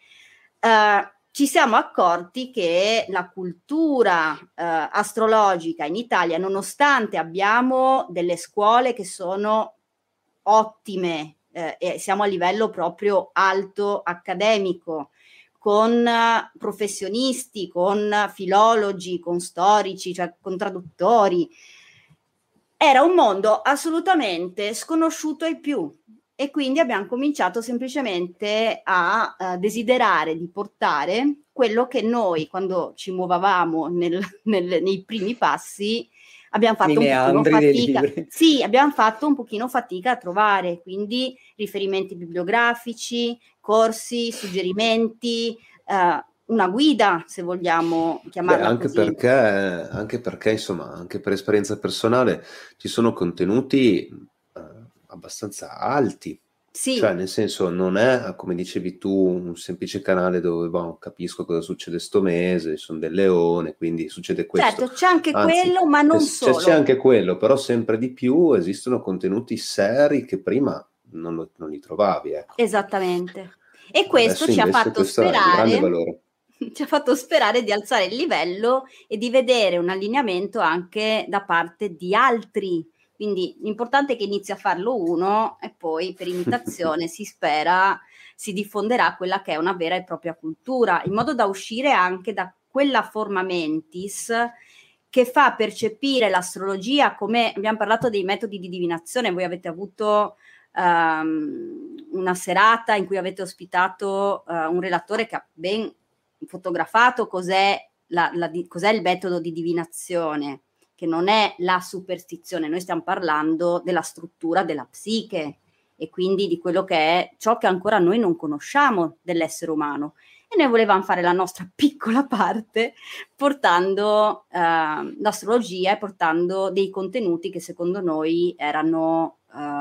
Ci siamo accorti che la cultura astrologica in Italia, nonostante abbiamo delle scuole che sono ottime e siamo a livello proprio alto accademico, con professionisti, con filologi, con storici, cioè con traduttori, era un mondo assolutamente sconosciuto ai più e quindi abbiamo cominciato semplicemente a desiderare di portare quello che noi quando ci muovevamo nei primi passi abbiamo fatto un pochino fatica. Sì, abbiamo fatto un pochino fatica a trovare, quindi riferimenti bibliografici, corsi, suggerimenti, una guida, se vogliamo chiamarla così. Anche perché, insomma, anche per esperienza personale, ci sono contenuti abbastanza alti. Sì. Cioè, nel senso, non è, come dicevi tu, un semplice canale dove capisco cosa succede sto mese, sono del leone, quindi succede questo. Certo, c'è anche quello, ma non solo. C'è anche quello, però sempre di più esistono contenuti seri che prima non li trovavi. Ecco. Esattamente. E questo ci ha fatto sperare. Grande valore. Ci ha fatto sperare di alzare il livello e di vedere un allineamento anche da parte di altri. Quindi l'importante è che inizi a farlo uno e poi per imitazione si spera si diffonderà quella che è una vera e propria cultura, in modo da uscire anche da quella forma mentis che fa percepire l'astrologia come, abbiamo parlato dei metodi di divinazione, voi avete avuto una serata in cui avete ospitato un relatore che ha ben fotografato cos'è il metodo di divinazione, che non è la superstizione, noi stiamo parlando della struttura della psiche e quindi di quello che è ciò che ancora noi non conosciamo dell'essere umano. E noi volevamo fare la nostra piccola parte portando l'astrologia e portando dei contenuti che secondo noi erano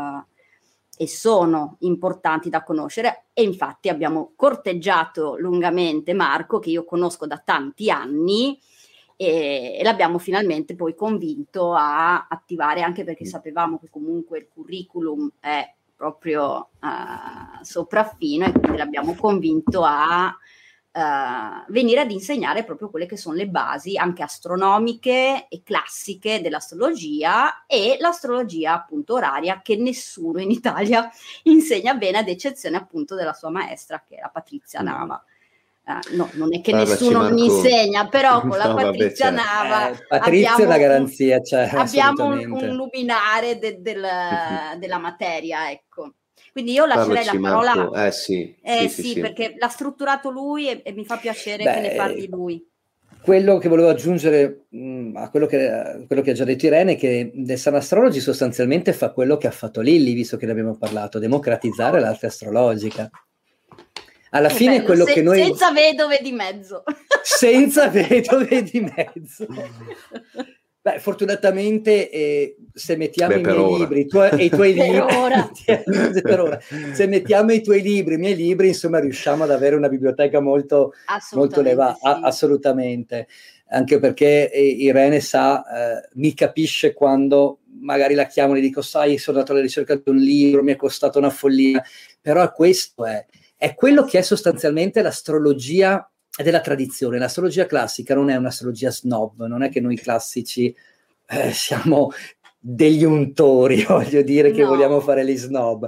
e sono importanti da conoscere, e infatti abbiamo corteggiato lungamente Marco, che io conosco da tanti anni, e l'abbiamo finalmente poi convinto a attivare, anche perché sapevamo che comunque il curriculum è proprio sopraffino, e quindi l'abbiamo convinto a venire ad insegnare proprio quelle che sono le basi anche astronomiche e classiche dell'astrologia, e l'astrologia appunto oraria, che nessuno in Italia insegna bene, ad eccezione appunto della sua maestra, che è la Patrizia Nava. No, non è che nessuno mi insegna, però con la Patrizia Nava Patrizia è una garanzia, abbiamo un luminare della materia, ecco. Quindi io lascerei la parola. Marco. Sì, perché l'ha strutturato lui e mi fa piacere che ne parli lui. Quello che volevo aggiungere a quello che ha già detto Irene è che The Sun Astrology sostanzialmente fa quello che ha fatto Lilly, visto che ne abbiamo parlato, democratizzare l'arte astrologica. Alla fine bello, quello che noi... Senza vedove di mezzo. Senza vedove di mezzo. Beh, fortunatamente se mettiamo i miei libri e i tuoi libri per ora. Se mettiamo i tuoi libri, i miei libri, insomma riusciamo ad avere una biblioteca molto elevata, sì. Assolutamente, anche perché Irene mi capisce quando magari la chiamo e le dico: sai, sono andato alla ricerca di un libro, mi è costato una follia, però questo è quello che è sostanzialmente l'astrologia della tradizione. L'astrologia classica non è un'astrologia snob, non è che noi classici siamo degli untori, voglio dire, che vogliamo fare gli snob.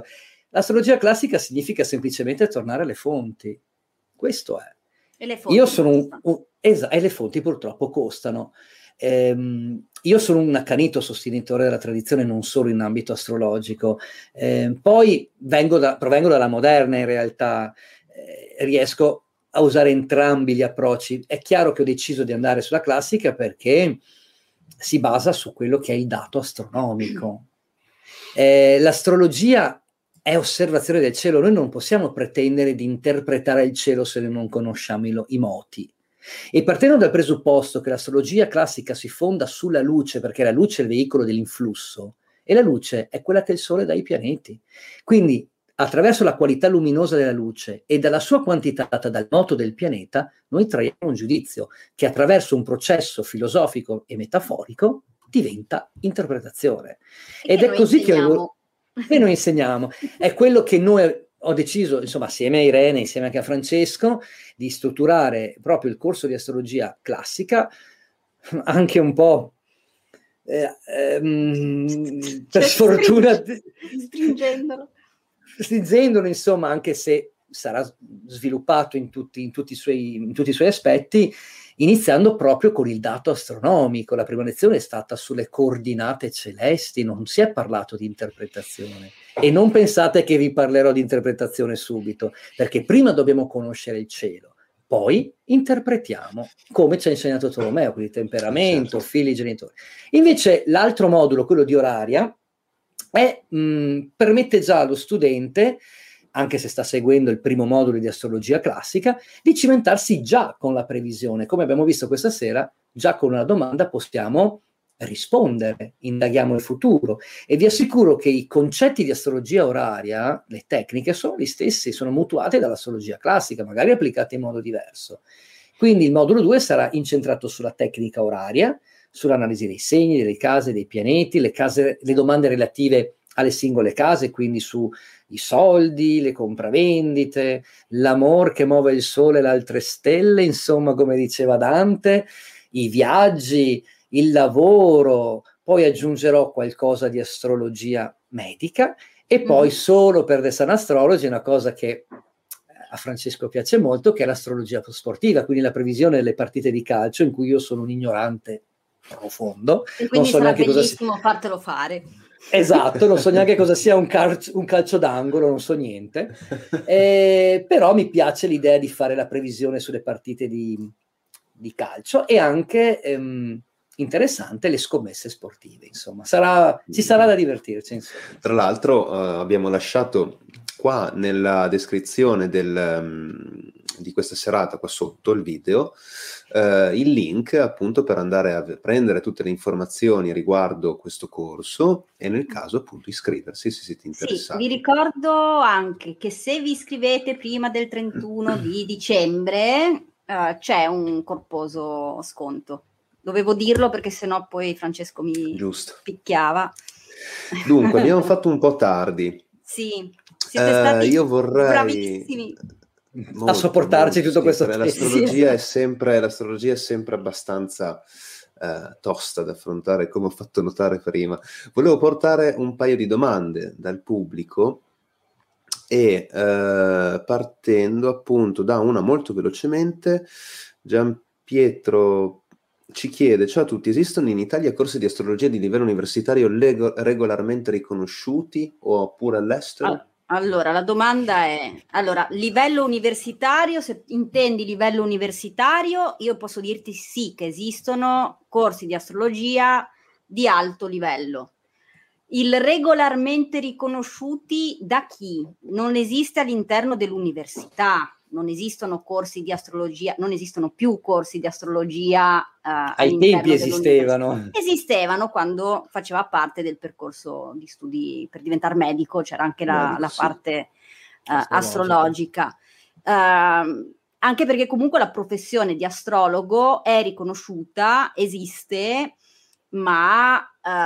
L'astrologia classica significa semplicemente tornare alle fonti. Questo è. E le fonti Io sono e le fonti purtroppo costano. Io sono un accanito sostenitore della tradizione non solo in ambito astrologico, poi provengo dalla moderna in realtà, riesco a usare entrambi gli approcci. È chiaro che ho deciso di andare sulla classica perché si basa su quello che è il dato astronomico. L'astrologia è osservazione del cielo, noi non possiamo pretendere di interpretare il cielo se non conosciamo i moti. E partendo dal presupposto che l'astrologia classica si fonda sulla luce, perché la luce è il veicolo dell'influsso, e la luce è quella che il Sole dà ai pianeti. Quindi, attraverso la qualità luminosa della luce e dalla sua quantità data dal moto del pianeta, noi traiamo un giudizio che attraverso un processo filosofico e metaforico diventa interpretazione. Ed è così che noi insegniamo. È quello che noi ho deciso, insomma, assieme a Irene, insieme anche a Francesco, di strutturare proprio il corso di astrologia classica, anche un po' per sfortuna stringendolo, insomma, anche se sarà sviluppato in tutti i suoi aspetti, iniziando proprio con il dato astronomico. La prima lezione è stata sulle coordinate celesti, non si è parlato di interpretazione. E non pensate che vi parlerò di interpretazione subito, perché prima dobbiamo conoscere il cielo, poi interpretiamo, come ci ha insegnato Tolomeo, quindi temperamento, figli, genitori. Invece l'altro modulo, quello di oraria, permette già allo studente, anche se sta seguendo il primo modulo di astrologia classica, di cimentarsi già con la previsione. Come abbiamo visto questa sera, già con una domanda possiamo rispondere, indaghiamo il futuro, e vi assicuro che i concetti di astrologia oraria, le tecniche, sono gli stessi, sono mutuate dall'astrologia classica, magari applicate in modo diverso. Quindi il modulo 2 sarà incentrato sulla tecnica oraria, sull'analisi dei segni, delle case, dei pianeti, le domande relative alle singole case, quindi sui soldi, le compravendite, l'amor che muove il sole e le altre stelle, insomma, come diceva Dante, i viaggi, il lavoro, poi aggiungerò qualcosa di astrologia medica e poi solo per The Sun Astrology una cosa che a Francesco piace molto, che è l'astrologia sportiva, quindi la previsione delle partite di calcio, in cui io sono un ignorante profondo. E quindi non so sarà bellissimo fartelo fare. Esatto, non so neanche cosa sia un calcio d'angolo, non so niente, però mi piace l'idea di fare la previsione sulle partite di calcio e anche interessante le scommesse sportive, insomma, ci sarà da divertirci. Insomma. Tra l'altro abbiamo lasciato qua nella descrizione di questa serata, qua sotto il video, il link appunto per andare a prendere tutte le informazioni riguardo questo corso e nel caso appunto iscriversi se siete interessati. Sì, vi ricordo anche che se vi iscrivete prima del 31 di dicembre c'è un corposo sconto. Dovevo dirlo perché sennò poi Francesco mi picchiava. Dunque, abbiamo fatto un po' tardi. Sì, siete stati io vorrei bravissimi a sopportarci tutto questo tempo. L'astrologia è sempre abbastanza tosta da affrontare, come ho fatto notare prima. Volevo portare un paio di domande dal pubblico e partendo appunto da una molto velocemente, Gianpietro ci chiede: ciao a tutti, esistono in Italia corsi di astrologia di livello universitario regolarmente riconosciuti oppure all'estero? Allora, la domanda è, livello universitario, se intendi livello universitario, io posso dirti sì, che esistono corsi di astrologia di alto livello. Il regolarmente riconosciuti da chi? Non esiste all'interno dell'università, non esistono corsi di astrologia, non esistono più corsi di astrologia ai tempi esistevano quando faceva parte del percorso di studi per diventare medico, c'era anche la parte astrologica. Anche perché comunque la professione di astrologo è riconosciuta, esiste, ma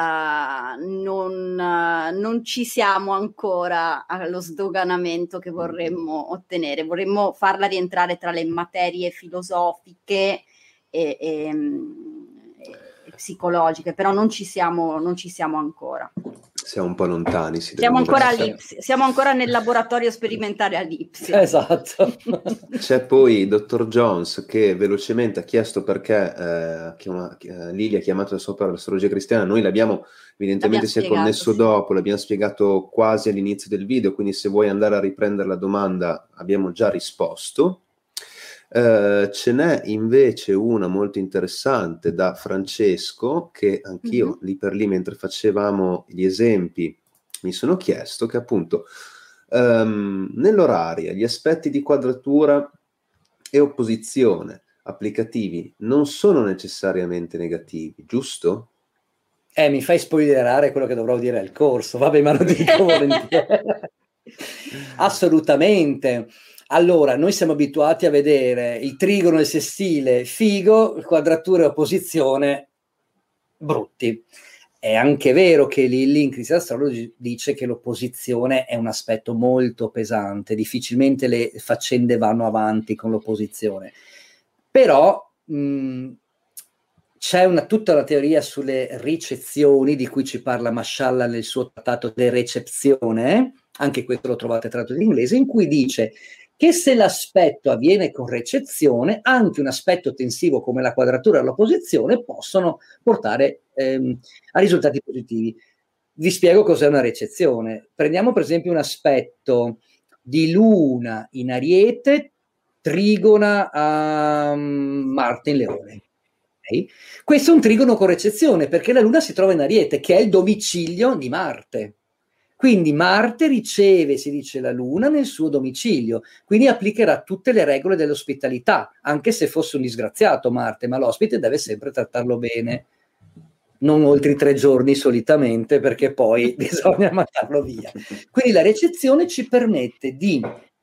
non ci siamo ancora allo sdoganamento che vorremmo ottenere. Vorremmo farla rientrare tra le materie filosofiche e psicologiche, però non ci siamo ancora. Siamo un po' lontani. Siamo ancora nel laboratorio sperimentale a Lipsia. Esatto. C'è poi il dottor Jones che velocemente ha chiesto perché Lili ha chiamato sopra l'astrologia cristiana. Noi l'abbiamo evidentemente si è connesso dopo, l'abbiamo spiegato quasi all'inizio del video, quindi se vuoi andare a riprendere la domanda abbiamo già risposto. Ce n'è invece una molto interessante da Francesco che anch'io lì per lì mentre facevamo gli esempi mi sono chiesto che appunto nell'oraria gli aspetti di quadratura e opposizione applicativi non sono necessariamente negativi, giusto? Mi fai spoilerare quello che dovrò dire al corso, vabbè, ma lo dico volentieri. Assolutamente. Allora, noi siamo abituati a vedere il trigono e il sestile figo, quadratura e opposizione brutti. È anche vero che lì in Christian Astrology dice che l'opposizione è un aspetto molto pesante, difficilmente le faccende vanno avanti con l'opposizione. Però c'è tutta una teoria sulle ricezioni di cui ci parla Mashallah nel suo trattato de recezione, anche questo lo trovate tradotto in inglese, in cui dice che se l'aspetto avviene con recezione, anche un aspetto tensivo come la quadratura e l'opposizione possono portare a risultati positivi. Vi spiego cos'è una recezione. Prendiamo per esempio un aspetto di Luna in Ariete, trigona a Marte in Leone. Okay? Questo è un trigono con recezione perché la Luna si trova in Ariete, che è il domicilio di Marte. Quindi Marte riceve, si dice, la Luna nel suo domicilio, quindi applicherà tutte le regole dell'ospitalità, anche se fosse un disgraziato Marte, ma l'ospite deve sempre trattarlo bene, non oltre i 3 giorni solitamente, perché poi bisogna mandarlo via. Quindi la recezione ci permette di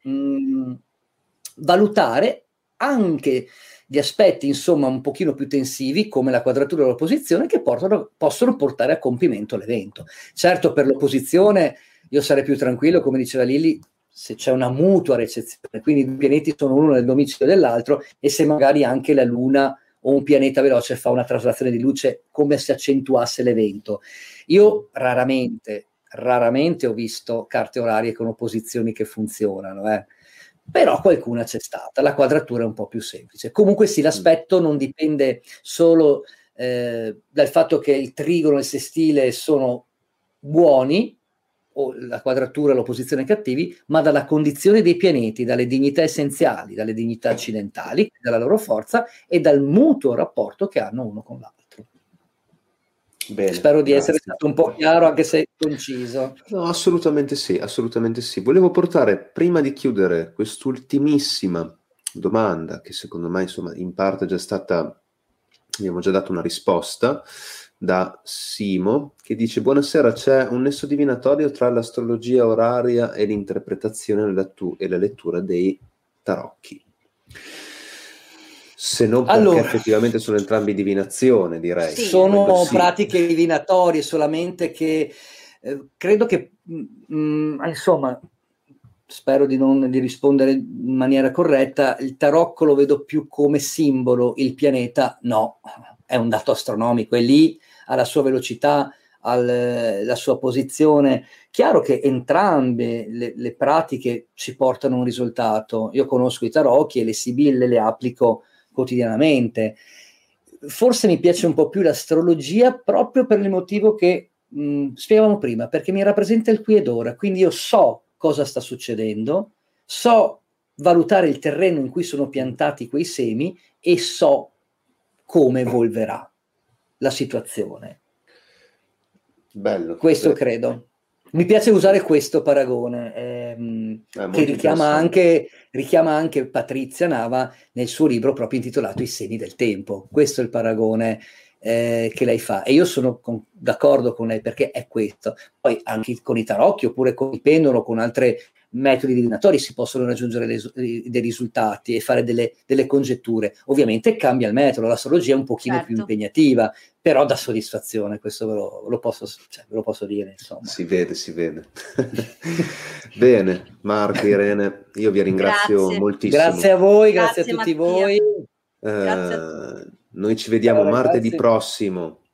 valutare anche gli aspetti, insomma, un pochino più tensivi, come la quadratura e l'opposizione, che possono portare a compimento l'evento. Certo, per l'opposizione io sarei più tranquillo, come diceva Lili, se c'è una mutua recezione, quindi i pianeti sono uno nel domicilio dell'altro, e se magari anche la Luna o un pianeta veloce fa una traslazione di luce, come se accentuasse l'evento. Io raramente ho visto carte orarie con opposizioni che funzionano, però qualcuna c'è stata. La quadratura è un po' più semplice. Comunque sì, l'aspetto non dipende solo dal fatto che il trigono e il sestile sono buoni, o la quadratura e l'opposizione cattivi, ma dalla condizione dei pianeti, dalle dignità essenziali, dalle dignità accidentali, dalla loro forza e dal mutuo rapporto che hanno uno con l'altro. Bene, spero di essere stato un po' chiaro, anche se conciso. No, assolutamente sì, assolutamente sì. Volevo portare, prima di chiudere, quest'ultimissima domanda, che secondo me, insomma, in parte è già stata, abbiamo già dato una risposta, da Simo, che dice: buonasera, c'è un nesso divinatorio tra l'astrologia oraria e l'interpretazione e la lettura dei tarocchi? Se non perché effettivamente sono entrambi divinazione, direi. Sì, sono pratiche divinatorie, solamente che credo che, insomma, spero di rispondere in maniera corretta, il tarocco lo vedo più come simbolo, il pianeta no, è un dato astronomico, è lì, ha la sua velocità, la sua posizione. Chiaro che entrambe le pratiche ci portano a un risultato. Io conosco i tarocchi e le sibille le applico quotidianamente. Forse mi piace un po' più l'astrologia proprio per il motivo che spiegavamo prima, perché mi rappresenta il qui ed ora, quindi io so cosa sta succedendo, so valutare il terreno in cui sono piantati quei semi e so come evolverà la situazione. Bello. Questo credo. Mi piace usare questo paragone, che richiama anche Patrizia Nava nel suo libro proprio intitolato I segni del tempo. Questo è il paragone che lei fa, e io sono d'accordo con lei, perché è questo. Poi anche con i tarocchi, oppure con il pendolo, con altri metodi divinatori si possono raggiungere dei risultati e fare delle congetture. Ovviamente cambia il metodo, l'astrologia è un pochino più impegnativa, però dà soddisfazione, questo ve lo posso dire, insomma. Si vede. Bene, Marco, Irene, io vi ringrazio moltissimo. Grazie a voi, grazie a tutti voi. Grazie a tutti. Noi ci vediamo martedì prossimo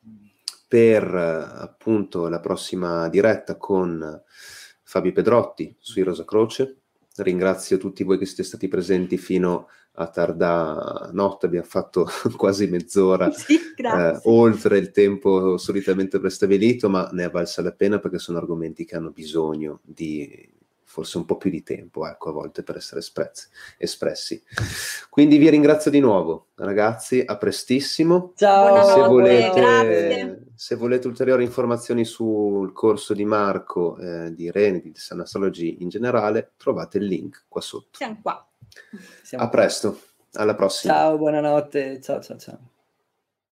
per appunto la prossima diretta con Fabio Pedrotti sui Rosa Croce. Ringrazio tutti voi che siete stati presenti fino a tarda notte, abbiamo fatto quasi mezz'ora, sì, oltre il tempo solitamente prestabilito, ma ne è valsa la pena perché sono argomenti che hanno bisogno di forse un po' più di tempo, ecco, a volte per essere espressi. Quindi vi ringrazio di nuovo, ragazzi, a prestissimo. Ciao, Se volete ulteriori informazioni sul corso di Marco, di Irene, di Sun Astrology in generale, trovate il link qua sotto. Siamo qua. A presto, alla prossima. Ciao, buonanotte, ciao ciao ciao.